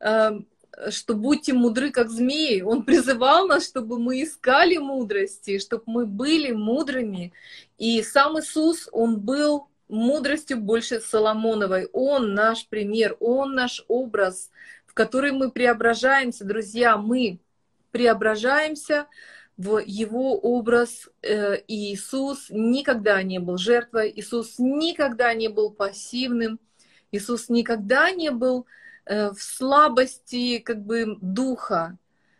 что будьте мудры, как змеи. Он призывал нас, чтобы мы искали мудрости, чтобы мы были мудрыми. И сам Иисус, Он был мудростью больше Соломоновой. Он наш пример, Он наш образ, в который мы преображаемся. Друзья, мы преображаемся в Его образ. И Иисус никогда не был жертвой, Иисус никогда не был пассивным, Иисус никогда не был в слабости как бы духа.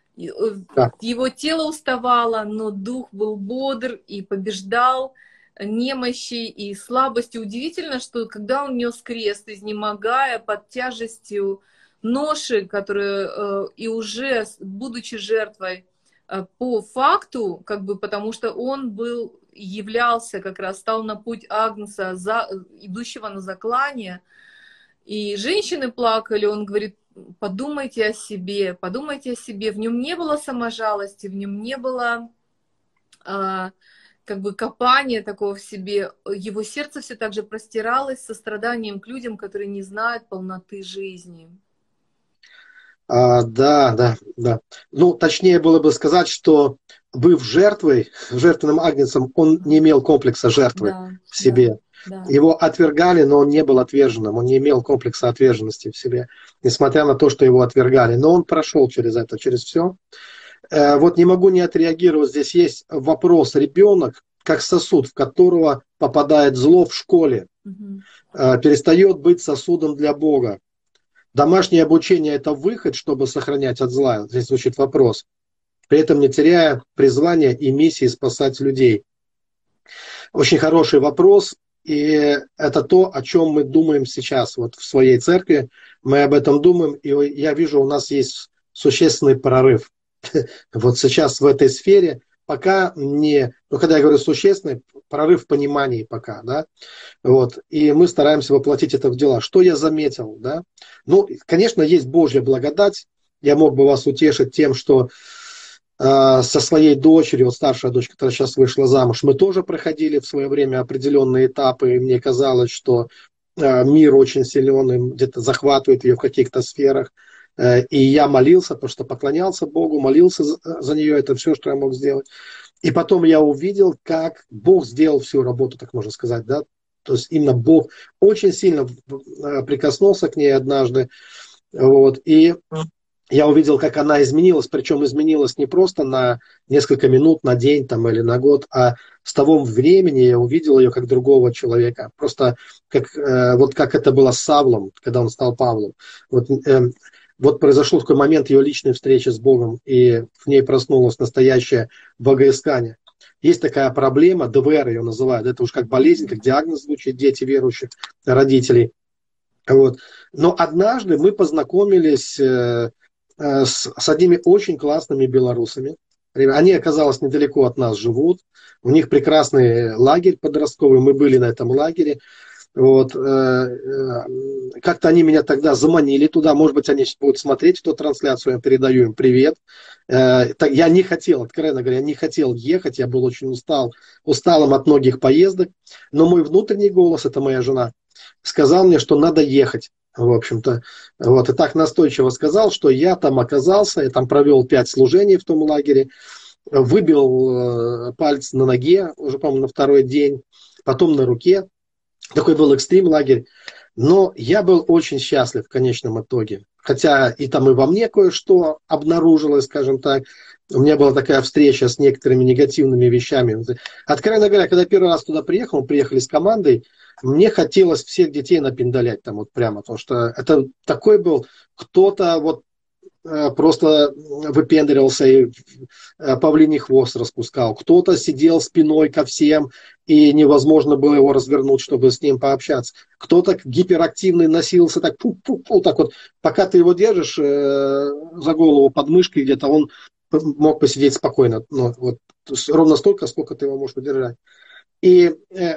Да. Его тело уставало, но дух был бодр и побеждал немощи и слабости. Удивительно, что когда он нес крест, изнемогая под тяжестью ноши, которую и уже будучи жертвой, по факту, как бы, потому что он был, являлся как раз, стал на путь Агнца, идущего на заклание. И женщины плакали, он говорит, подумайте о себе, подумайте о себе. В нем не было саможалости, в нем не было как бы копания такого в себе. Его сердце все так же простиралось состраданием к людям, которые не знают полноты жизни. Да, да, да. Ну, точнее было бы сказать, что быв жертвой, жертвенным агнцем, он не имел комплекса жертвы Да, в да, себе. да. Его отвергали, но он не был отверженным, он не имел комплекса отверженности в себе, несмотря на то, что его отвергали. Но он прошел через это, через все. Вот не могу не отреагировать. Здесь есть вопрос. Ребенок, как сосуд, в которого попадает зло в школе, Мгм. перестает быть сосудом для Бога. Домашнее обучение – это выход, чтобы сохранять от зла. Здесь звучит вопрос. При этом не теряя призвания и миссии спасать людей. Очень хороший вопрос. И это то, о чем мы думаем сейчас вот в своей церкви. Мы об этом думаем. И я вижу, у нас есть существенный прорыв. Вот сейчас в этой сфере пока не... Ну, когда я говорю существенный, прорыв в понимании пока, да. Вот. И мы стараемся воплотить это в дела. Что я заметил, да? Ну, конечно, есть Божья благодать. Я мог бы вас утешить тем, что со своей дочерью, вот старшая дочь, которая сейчас вышла замуж, мы тоже проходили в свое время определенные этапы, и мне казалось, что мир очень силен, и где-то захватывает ее в каких-то сферах. И я молился, потому что поклонялся Богу, молился за нее, это все, что я мог сделать. И потом я увидел, как Бог сделал всю работу, так можно сказать, да. То есть именно Бог очень сильно прикоснулся к ней однажды. Вот, и я увидел, как она изменилась, причем изменилась не просто на несколько минут, на день там, или на год, а с того времени я увидел ее как другого человека. Просто как, вот как это было с Савлом, когда он стал Павлом. Вот, вот произошел такой момент ее личной встречи с Богом, и в ней проснулось настоящее богоискание. Есть такая проблема, ДВР ее называют, это уж как болезнь, как диагноз звучит, дети верующих родителей. Вот. Но однажды мы познакомились с одними очень классными белорусами. Они, оказалось, недалеко от нас живут. У них прекрасный лагерь подростковый. Мы были на этом лагере. Вот. Как-то они меня тогда заманили туда. Может быть, они будут смотреть эту трансляцию. Я передаю им привет. Я не хотел, откровенно говоря, не хотел ехать. Я был очень усталым от многих поездок. Но мой внутренний голос, это моя жена, сказал мне, что надо ехать. В общем-то, вот, и так настойчиво сказал, что я там оказался, я там провел 5 служений в том лагере, выбил палец на ноге, уже, по-моему, на второй день, потом на руке. Такой был экстрим-лагерь. Но я был очень счастлив в конечном итоге. Хотя и там и во мне кое-что обнаружилось, скажем так. У меня была такая встреча с некоторыми негативными вещами. Откровенно говоря, когда первый раз туда приехал, мы приехали с командой, мне хотелось всех детей напиндалять там вот прямо, потому что это такой был кто-то вот просто выпендривался и павлиний хвост распускал. Кто-то сидел спиной ко всем, и невозможно было его развернуть, чтобы с ним пообщаться. Кто-то гиперактивный носился так, так вот, пока ты его держишь за голову под мышкой где-то, он мог посидеть спокойно. Ну, вот, ровно столько, сколько ты его можешь удержать. И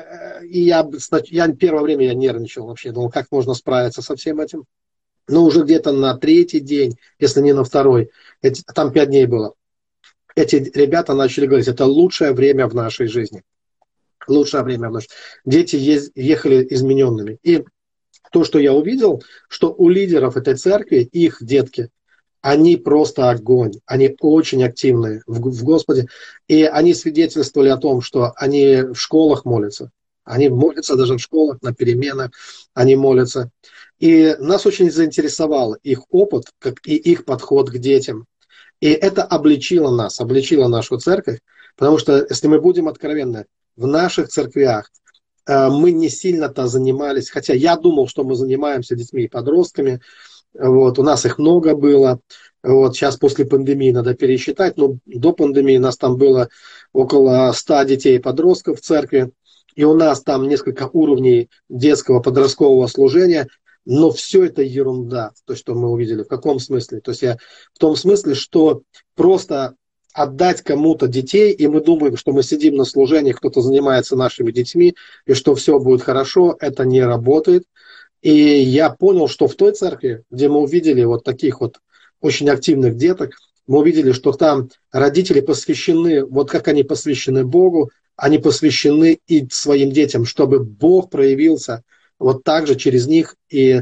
я первое время я нервничал вообще, думал, как можно справиться со всем этим. Но уже где-то на третий день, если не на второй, там 5 дней было, эти ребята начали говорить, это лучшее время в нашей жизни. Лучшее время в нашей жизни. Дети ехали измененными. И то, что я увидел, что у лидеров этой церкви, их детки, они просто огонь, они очень активные в Господе. И они свидетельствовали о том, что они в школах молятся. Они молятся даже в школах, на переменах они молятся. И нас очень заинтересовал их опыт, как и их подход к детям. И это обличило нас, обличило нашу церковь, потому что, если мы будем откровенны, в наших церквях мы не сильно-то занимались, хотя я думал, что мы занимаемся детьми и подростками, вот, у нас их много было, вот, сейчас после пандемии надо пересчитать, но до пандемии у нас там было около 100 детей и подростков в церкви, и у нас там несколько уровней детского подросткового служения, но все это ерунда, то, что мы увидели. В каком смысле? То есть в том смысле, что просто отдать кому-то детей, и мы думаем, что мы сидим на служении, кто-то занимается нашими детьми, и что все будет хорошо, это не работает. И я понял, что в той церкви, где мы увидели вот таких вот очень активных деток, мы увидели, что там родители посвящены, вот как они посвящены Богу, они посвящены и своим детям, чтобы Бог проявился вот так же через них. И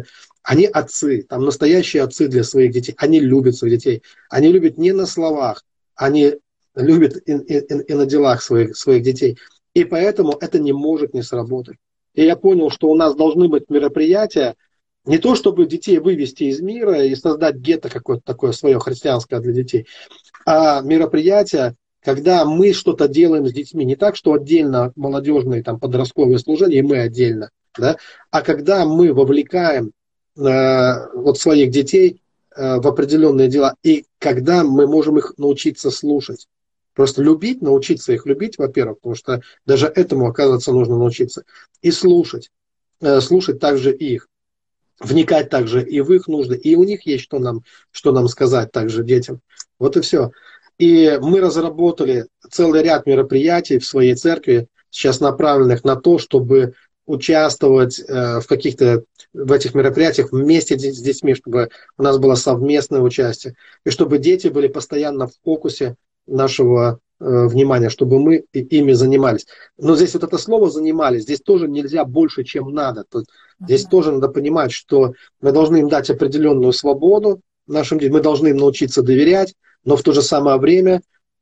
Они отцы, там настоящие отцы для своих детей. Они любят своих детей. Они любят не на словах, они любят и на делах своих детей. И поэтому это не может не сработать. И я понял, что у нас должны быть мероприятия, не то чтобы детей вывести из мира и создать гетто какое-то такое свое христианское для детей, а мероприятия, когда мы что-то делаем с детьми, не так, что отдельно молодежные там, подростковые служения, и мы отдельно, да, а когда мы вовлекаем вот своих детей в определенные дела, и когда мы можем их научиться слушать. Просто любить, научиться их любить, во-первых, потому что даже этому, оказывается, нужно научиться. И слушать. Слушать также их. Вникать также и в их нужды. И у них есть что нам сказать также детям. Вот и все. И мы разработали целый ряд мероприятий в своей церкви, сейчас направленных на то, чтобы участвовать в этих мероприятиях вместе с детьми, чтобы у нас было совместное участие, и чтобы дети были постоянно в фокусе нашего внимания, чтобы мы ими занимались. Но здесь вот это слово «занимались», здесь тоже нельзя больше, чем надо. Здесь тоже надо понимать, что мы должны им дать определенную свободу нашим детям, мы должны им научиться доверять, но в то же самое время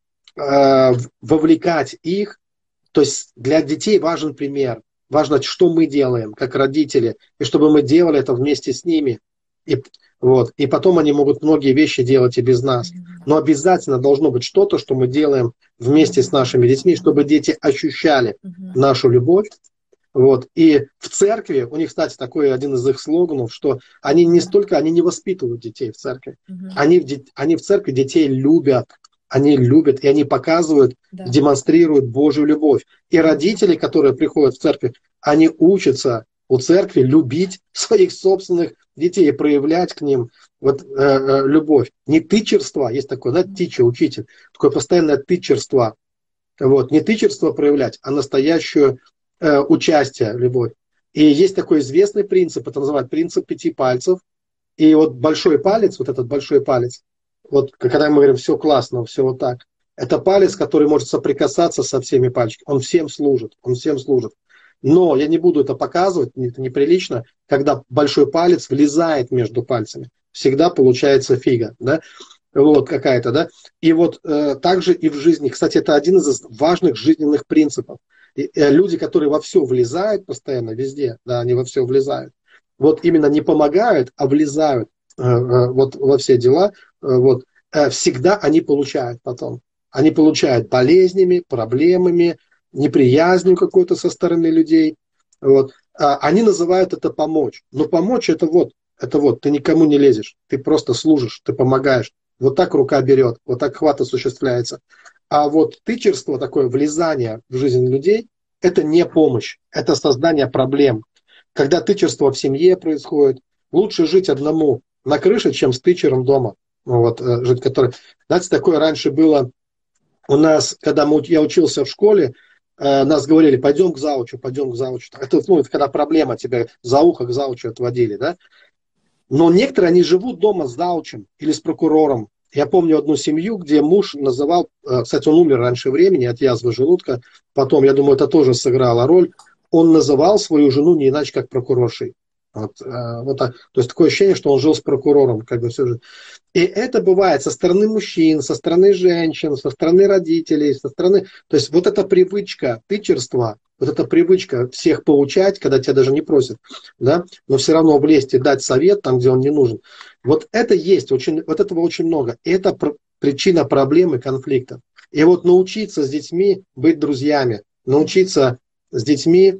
вовлекать их. То есть для детей важен пример. Важно, что мы делаем, как родители, и чтобы мы делали это вместе с ними. И потом они могут многие вещи делать и без нас. Но обязательно должно быть что-то, что мы делаем вместе с нашими детьми, чтобы дети ощущали нашу любовь. И в церкви, у них, кстати, такой один из их слоганов, что они не воспитывают детей в церкви. Они в церкви детей любят. Они любят, и они показывают, демонстрируют Божью любовь. И родители, которые приходят в церковь, они учатся у церкви любить своих собственных детей и проявлять к ним любовь. Не тычерство, есть такое, учитель, такое постоянное тычерство. Не тычерство проявлять, а настоящую участие, любовь. И есть такой известный принцип, это называют принцип 5 пальцев. И большой палец, этот большой палец, когда мы говорим, все классно, все вот так, это палец, который может соприкасаться со всеми пальчиками. Он всем служит, Но я не буду это показывать, это неприлично, когда большой палец влезает между пальцами. Всегда получается фига, да? Какая-то, да? И также и в жизни. Кстати, это один из важных жизненных принципов. Люди, которые во все влезают постоянно, везде, да, они во все влезают. Именно не помогают, а влезают во все дела, всегда они получают потом. Они получают болезнями, проблемами, неприязнью какой-то со стороны людей. Они называют это помочь. Но помочь это ты никому не лезешь, ты просто служишь, ты помогаешь. Вот так рука берет, вот так хват осуществляется. А тычерство, такое влезание в жизнь людей, это не помощь, это создание проблем. Когда тычерство в семье происходит, лучше жить одному на крыше, чем с тычером дома. Жить, знаете, такое раньше было у нас, когда я учился в школе, нас говорили, пойдем к заучу. Это когда проблема, тебя за ухо к заучу отводили, да? Но некоторые, они живут дома с заучем или с прокурором. Я помню одну семью, где муж называл, кстати, он умер раньше времени от язвы желудка, потом, я думаю, это тоже сыграло роль, он называл свою жену не иначе, как прокуроршей. Так. То есть такое ощущение, что он жил с прокурором, всю жизнь. И это бывает со стороны мужчин, со стороны женщин, со стороны родителей, То есть эта привычка тычерства, эта привычка всех поучать, когда тебя даже не просят, да, но все равно влезть и дать совет там, где он не нужен. Это есть, этого очень много. И это причина проблем и конфликтов. И научиться с детьми быть друзьями, научиться с детьми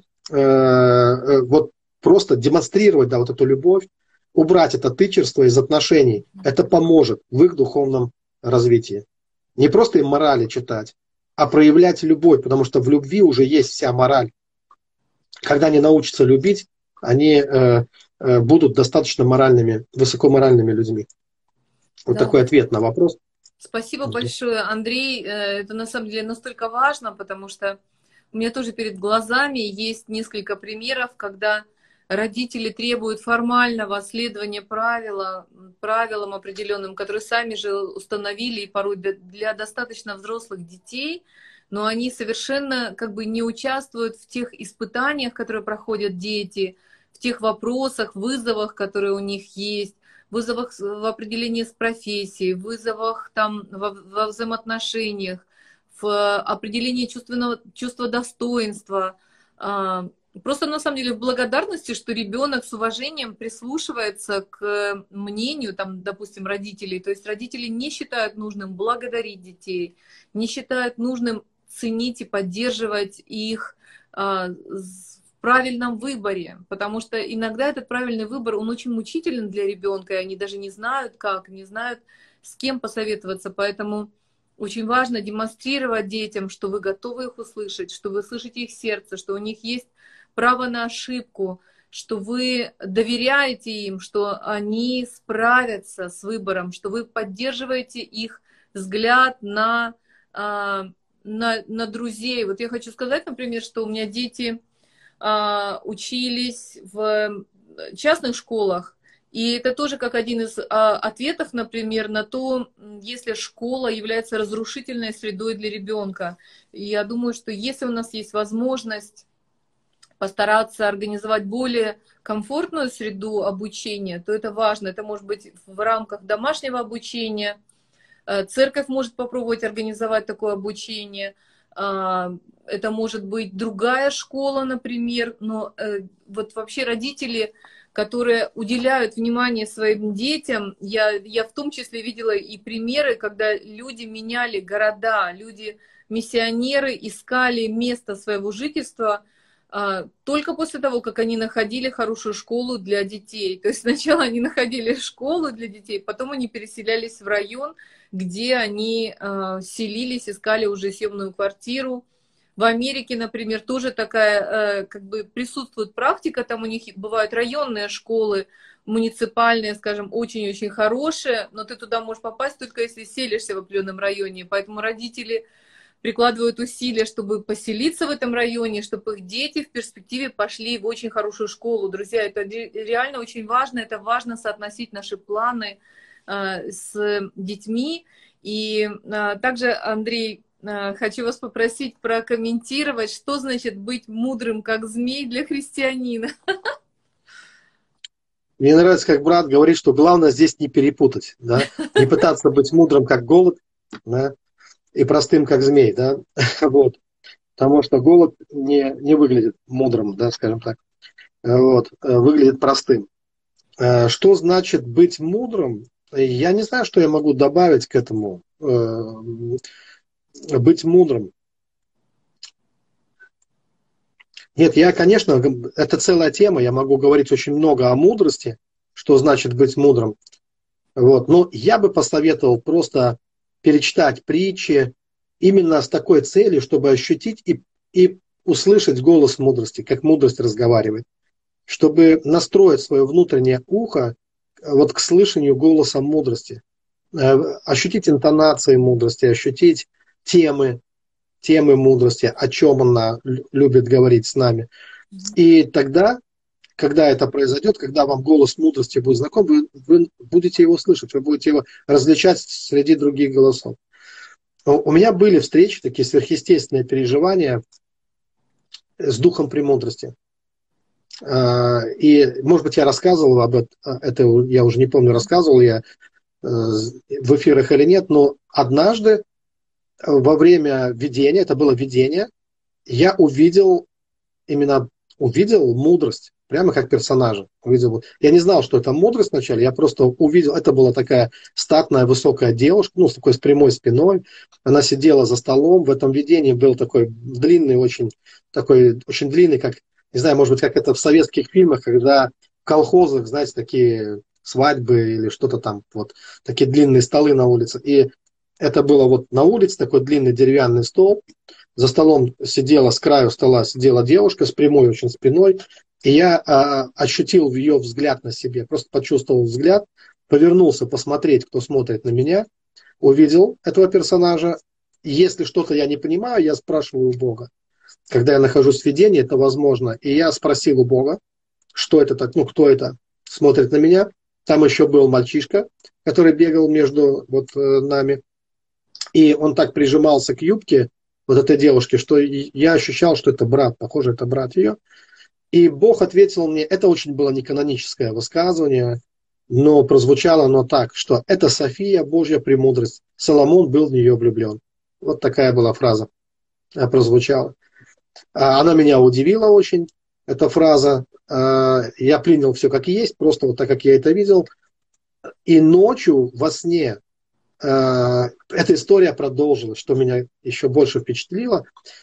просто демонстрировать эту любовь, убрать это тычерство из отношений, это поможет в их духовном развитии. Не просто им морали читать, а проявлять любовь, потому что в любви уже есть вся мораль. Когда они научатся любить, они будут достаточно моральными, высокоморальными людьми. Такой ответ на вопрос. Спасибо большое, Андрей. Это на самом деле настолько важно, потому что у меня тоже перед глазами есть несколько примеров, когда родители требуют формального следования правилам определенным, которые сами же установили, и порой для достаточно взрослых детей, но они совершенно не участвуют в тех испытаниях, которые проходят дети, в тех вопросах, вызовах, которые у них есть, вызовах в определении с профессией, вызовах там во взаимоотношениях, в определении чувства достоинства. Просто на самом деле в благодарности, что ребенок с уважением прислушивается к мнению, там, допустим, родителей. То есть родители не считают нужным благодарить детей, не считают нужным ценить и поддерживать их в правильном выборе, потому что иногда этот правильный выбор, он очень мучителен для ребенка, и они даже не знают как, не знают, с кем посоветоваться. Поэтому очень важно демонстрировать детям, что вы готовы их услышать, что вы слышите их сердце, что у них есть право на ошибку, что вы доверяете им, что они справятся с выбором, что вы поддерживаете их взгляд на друзей. Вот я хочу сказать, например, что у меня дети учились в частных школах, и это тоже как один из ответов, например, на то, если школа является разрушительной средой для ребенка. И я думаю, что если у нас есть возможность постараться организовать более комфортную среду обучения, то это важно. Это может быть в рамках домашнего обучения. Церковь может попробовать организовать такое обучение. Это может быть другая школа, например. Но вот вообще родители, которые уделяют внимание своим детям, я в том числе видела и примеры, когда люди меняли города, миссионеры искали место своего жительства только после того, как они находили хорошую школу для детей. То есть сначала они находили школу для детей, потом они переселялись в район, где они селились, искали уже съемную квартиру. В Америке, например, тоже такая, как бы присутствует практика, там у них бывают районные школы, муниципальные, скажем, очень-очень хорошие, но ты туда можешь попасть только если селишься в определенном районе. Поэтому родители прикладывают усилия, чтобы поселиться в этом районе, чтобы их дети в перспективе пошли в очень хорошую школу. Друзья, это реально очень важно, это важно соотносить наши планы с детьми. И также, Андрей, хочу вас попросить прокомментировать, что значит быть мудрым, как змей, для христианина. Мне нравится, как брат говорит, что главное здесь не перепутать, да? Не пытаться быть мудрым, как голубь, да? И простым, как змей, да? Вот. Потому что голубь не выглядит мудрым, да, скажем так. Вот. Выглядит простым. Что значит быть мудрым? Я не знаю, что я могу добавить к этому. Быть мудрым. Нет, конечно, это целая тема, я могу говорить очень много о мудрости, что значит быть мудрым. Вот. Но я бы посоветовал просто перечитать притчи именно с такой целью, чтобы ощутить и услышать голос мудрости, как мудрость разговаривает, чтобы настроить свое внутреннее ухо вот к слышанию голоса мудрости, ощутить интонации мудрости, ощутить темы мудрости, о чем она любит говорить с нами. И тогда, когда это произойдет, когда вам голос мудрости будет знаком, вы будете его слышать, вы будете его различать среди других голосов. У меня были встречи, такие сверхъестественные переживания с духом премудрости. И, может быть, я рассказывал об этом, я уже не помню, рассказывал я в эфирах или нет, но однажды во время видения, это было видение, я увидел мудрость, прямо как персонажа. Я не знал, что это мудрость вначале, я просто увидел, это была такая статная, высокая девушка, с прямой спиной, она сидела за столом, в этом видении был такой длинный, очень длинный, как, не знаю, может быть, как это в советских фильмах, когда в колхозах, знаете, такие свадьбы или что-то там, вот такие длинные столы на улице, и это было вот на улице, такой длинный деревянный стол. За столом с краю стола сидела девушка с прямой очень спиной. И я ощутил ее взгляд на себе, просто почувствовал взгляд, повернулся посмотреть, кто смотрит на меня, увидел этого персонажа. И если что-то я не понимаю, я спрашиваю у Бога. Когда я нахожусь в видении, это возможно. И я спросил у Бога, что это так, кто это смотрит на меня. Там еще был мальчишка, который бегал между нами. И он так прижимался к юбке вот этой девушки, что я ощущал, что это брат, похоже, это брат ее. И Бог ответил мне, это очень было неканоническое высказывание, но прозвучало оно так, что это София, Божья премудрость, Соломон был в нее влюблен. Вот такая была фраза, прозвучала. Она меня удивила очень, эта фраза. Я принял все как есть, просто вот так, как я это видел. И ночью во сне эта история продолжилась, что меня еще больше впечатлило.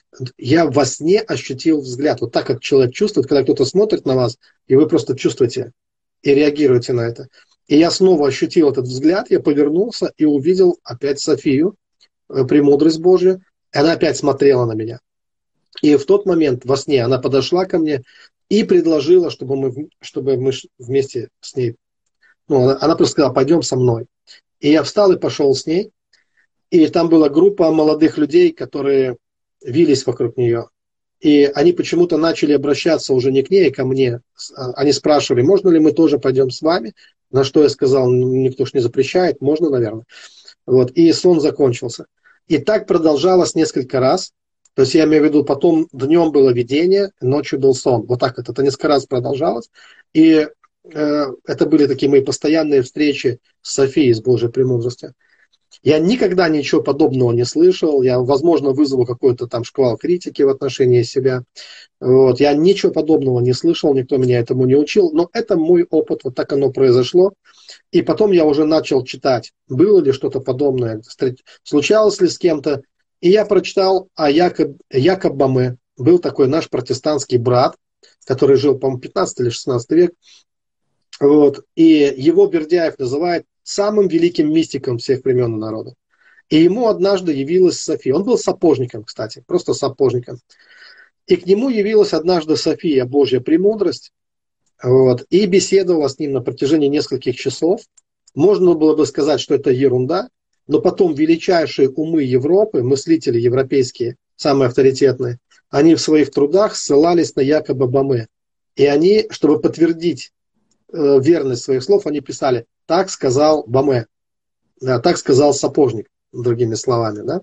Я во сне ощутил взгляд, вот так, как человек чувствует, когда кто-то смотрит на вас, и вы просто чувствуете и реагируете на это. И я снова ощутил этот взгляд, я повернулся и увидел опять Софию, премудрость Божью, и она опять смотрела на меня. И в тот момент во сне она подошла ко мне и предложила, чтобы мы вместе с ней, ну, она просто сказала, пойдем со мной. И я встал и пошел с ней. И там была группа молодых людей, которые вились вокруг нее. И они почему-то начали обращаться уже не к ней, а ко мне. Они спрашивали, можно ли мы тоже пойдем с вами? На что я сказал, никто ж не запрещает, можно, наверное. Вот. И сон закончился. И так продолжалось несколько раз. То есть я имею в виду, потом днем было видение, ночью был сон. Вот так это несколько раз продолжалось. И это были такие мои постоянные встречи с Софией, с Божьей премудростью. Я никогда ничего подобного не слышал. Я, возможно, вызову какой-то там шквал критики в отношении себя. Вот. Я ничего подобного не слышал, никто меня этому не учил. Но это мой опыт, вот так оно произошло. И потом я уже начал читать, было ли что-то подобное, случалось ли с кем-то. И я прочитал о Якоб Баме. Был такой наш протестантский брат, который жил, по-моему, 15 или 16 век. Вот. И его Бердяев называет самым великим мистиком всех времен и народов. И ему однажды явилась София. Он был сапожником, кстати, просто сапожником. И к нему явилась однажды София, Божья премудрость, вот, и беседовала с ним на протяжении нескольких часов. Можно было бы сказать, что это ерунда, но потом величайшие умы Европы, мыслители европейские, самые авторитетные, они в своих трудах ссылались на Якоба Баме. И они, чтобы подтвердить верность своих слов, они писали, так сказал Баме, да, так сказал сапожник, другими словами. Да?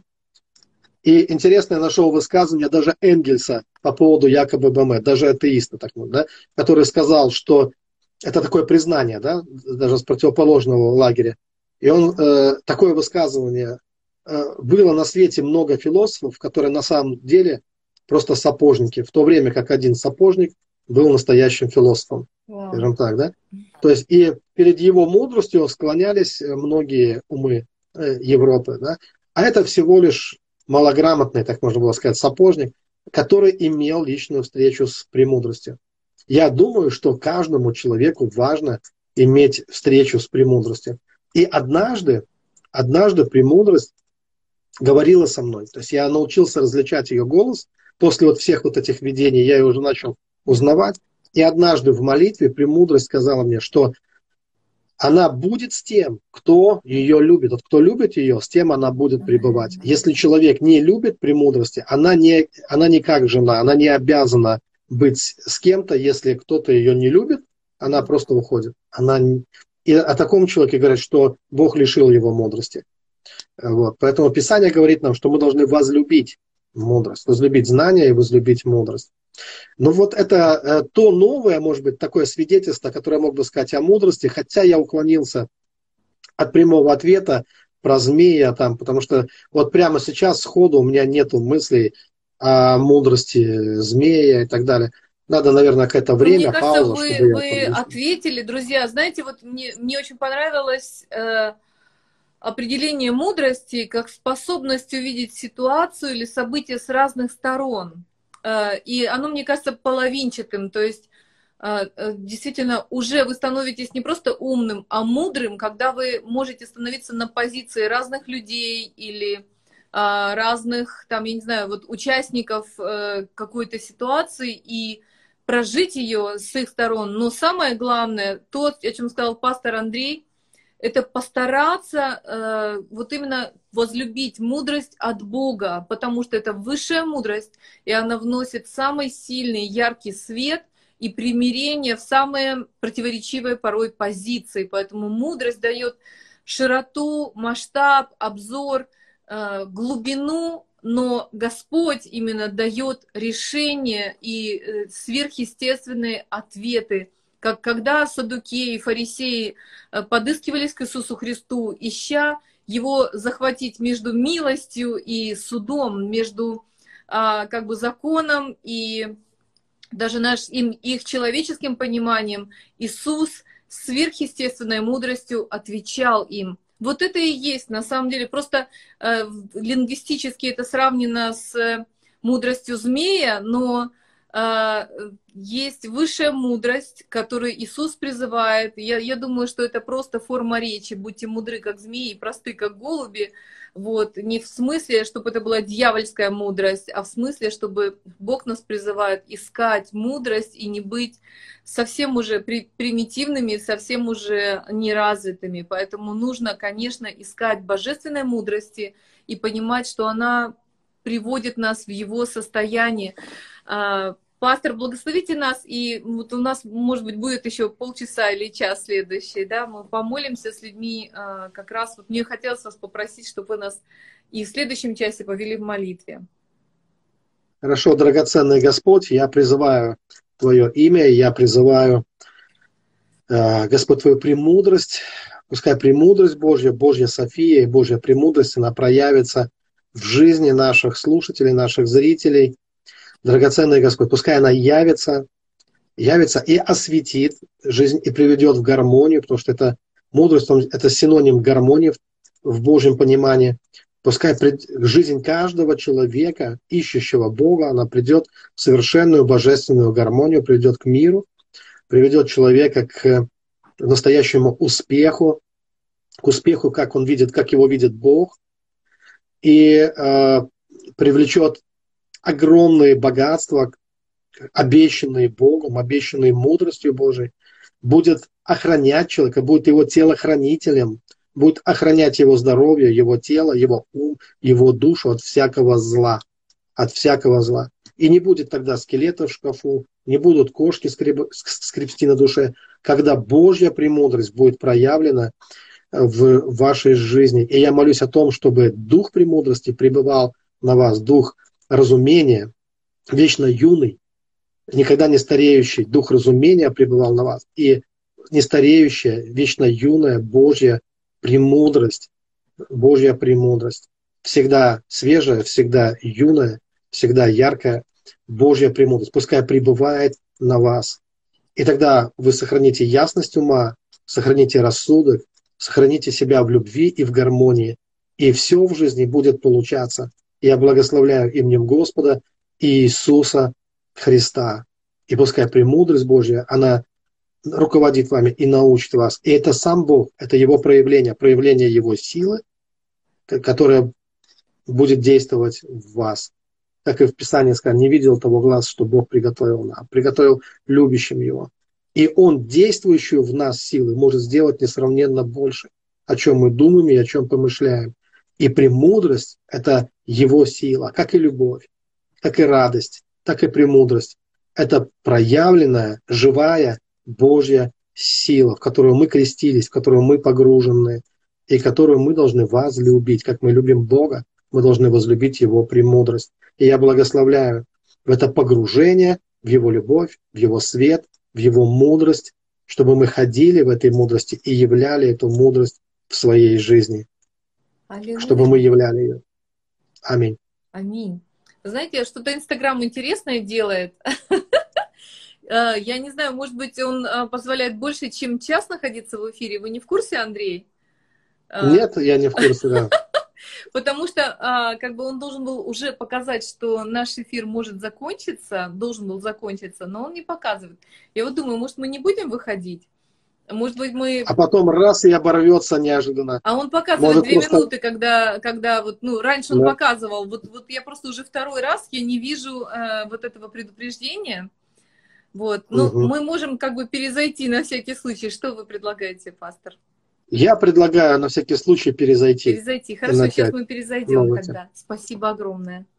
И интересно, я нашел высказывание даже Энгельса по поводу Якоба Баме, даже атеиста, так, да, который сказал, что это такое признание, да, даже с противоположного лагеря. И он, такое высказывание, было на свете много философов, которые на самом деле просто сапожники, в то время как один сапожник был настоящим философом, скажем так, да. То есть и перед его мудростью склонялись многие умы Европы, да. А это всего лишь малограмотный, так можно было сказать, сапожник, который имел личную встречу с премудростью. Я думаю, что каждому человеку важно иметь встречу с премудростью. И однажды премудрость говорила со мной. То есть я научился различать ее голос. После вот всех вот этих видений я ее уже начал узнавать. И однажды в молитве премудрость сказала мне, что она будет с тем, кто ее любит. Вот кто любит ее, с тем она будет пребывать. Если человек не любит премудрости, она не как жена, она не обязана быть с кем-то, если кто-то ее не любит, она просто уходит. И о таком человеке говорят, что Бог лишил его мудрости. Вот. Поэтому Писание говорит нам, что мы должны возлюбить мудрость, возлюбить знание и возлюбить мудрость. Ну вот это то новое, может быть, такое свидетельство, которое я мог бы сказать о мудрости, хотя я уклонился от прямого ответа про змея, там, потому что вот прямо сейчас сходу у меня нету мыслей о мудрости змея и так далее. Надо, наверное, какое-то Ну, мне время, кажется, пауза, чтобы я вы подумал. ответили, друзья. Знаете, вот мне очень понравилось определение мудрости как способность увидеть ситуацию или событие с разных сторон. И оно, мне кажется, половинчатым. То есть действительно уже вы становитесь не просто умным, а мудрым, когда вы можете становиться на позиции разных людей или разных, там, я не знаю, вот участников какой-то ситуации и прожить ее с их сторон. Но самое главное, то, о чем сказал пастор Андрей, это постараться вот именно возлюбить мудрость от Бога, потому что это высшая мудрость, и она вносит самый сильный, яркий свет и примирение в самые противоречивые порой позиции. Поэтому мудрость дает широту, масштаб, обзор, глубину но Господь именно дает решения и сверхъестественные ответы. Как когда саддукеи, фарисеи подыскивались к Иисусу Христу, ища его захватить между милостью и судом, между как бы законом и даже их человеческим пониманием, Иисус сверхъестественной мудростью отвечал им. Вот это и есть, на самом деле, просто лингвистически это сравнено с мудростью змея, но есть высшая мудрость, которую Иисус призывает. Я думаю, что это просто форма речи. Будьте мудры, как змеи, просты, как голуби. Вот. Не в смысле, чтобы это была дьявольская мудрость, а в смысле, чтобы Бог нас призывает искать мудрость и не быть совсем уже примитивными, совсем уже неразвитыми. Поэтому нужно, конечно, искать божественной мудрости и понимать, что она приводит нас в его состояние. Пастор, благословите нас, и вот у нас, может быть, будет еще полчаса или час следующий, да, мы помолимся с людьми, как раз вот мне хотелось вас попросить, чтобы вы нас и в следующем часе повели в молитве. Хорошо, драгоценный Господь, я призываю Твое имя, я призываю, Господь, Твою премудрость, пускай премудрость Божья, Божья София и Божья премудрость, она проявится в жизни наших слушателей, наших зрителей. Драгоценный Господь, пускай она явится и осветит жизнь и приведет в гармонию, потому что это мудрость, это синоним гармонии в Божьем понимании. Пускай жизнь каждого человека, ищущего Бога, она придет в совершенную божественную гармонию, приведет к миру, приведет человека к настоящему успеху, как он видит, как его видит Бог, и привлечет огромные богатства, обещанные Богом, обещанные мудростью Божией, будет охранять человека, будет его телохранителем, будет охранять его здоровье, его тело, его ум, его душу от всякого зла. От всякого зла. И не будет тогда скелета в шкафу, не будут кошки скребсти на душе, когда Божья премудрость будет проявлена в вашей жизни. И я молюсь о том, чтобы дух премудрости пребывал на вас, дух разумения, вечно юный, никогда не стареющий дух разумения пребывал на вас. И нестареющая, вечно юная Божья премудрость, всегда свежая, всегда юная, всегда яркая Божья премудрость. Пускай пребывает на вас. И тогда вы сохраните ясность ума, сохраните рассудок, сохраните себя в любви и в гармонии. И все в жизни будет получаться. Я благословляю именем Господа Иисуса Христа. И пускай премудрость Божья, она руководит вами и научит вас. И это сам Бог, это Его проявление Его силы, которая будет действовать в вас. Как и в Писании сказано, не видел того глаз, что Бог приготовил нам, приготовил любящим Его. И Он, действующую в нас силы, может сделать несравненно больше, о чем мы думаем и о чем помышляем. И премудрость – это Его сила, как и любовь, так и радость, так и премудрость. Это проявленная, живая Божья сила, в которую мы крестились, в которую мы погружены, и которую мы должны возлюбить. Как мы любим Бога, мы должны возлюбить Его премудрость. И я благословляю в это погружение, в Его любовь, в Его свет, в Его мудрость, чтобы мы ходили в этой мудрости и являли эту мудрость в своей жизни. Аллилуйя. Чтобы мы являли ее. Аминь. Аминь. Знаете, что-то Инстаграм интересное делает. Я не знаю, может быть, он позволяет больше, чем час находиться в эфире. Вы не в курсе, Андрей? Нет, я не в курсе, да. Потому что как бы он должен был уже показать, что наш эфир может закончиться, должен был закончиться, но он не показывает. Я вот думаю, может, мы не будем выходить? Может быть, мы... А потом раз и оборвется неожиданно. А он показывает может, 2 минуты, когда вот, ну, раньше он показывал. Вот я просто уже второй раз, я не вижу вот этого предупреждения. Вот. Ну, мы можем как бы перезайти на всякий случай. Что вы предлагаете, пастор? Я предлагаю на всякий случай перезайти. Перезайти. Хорошо, сейчас мы перезайдем тогда. Спасибо огромное.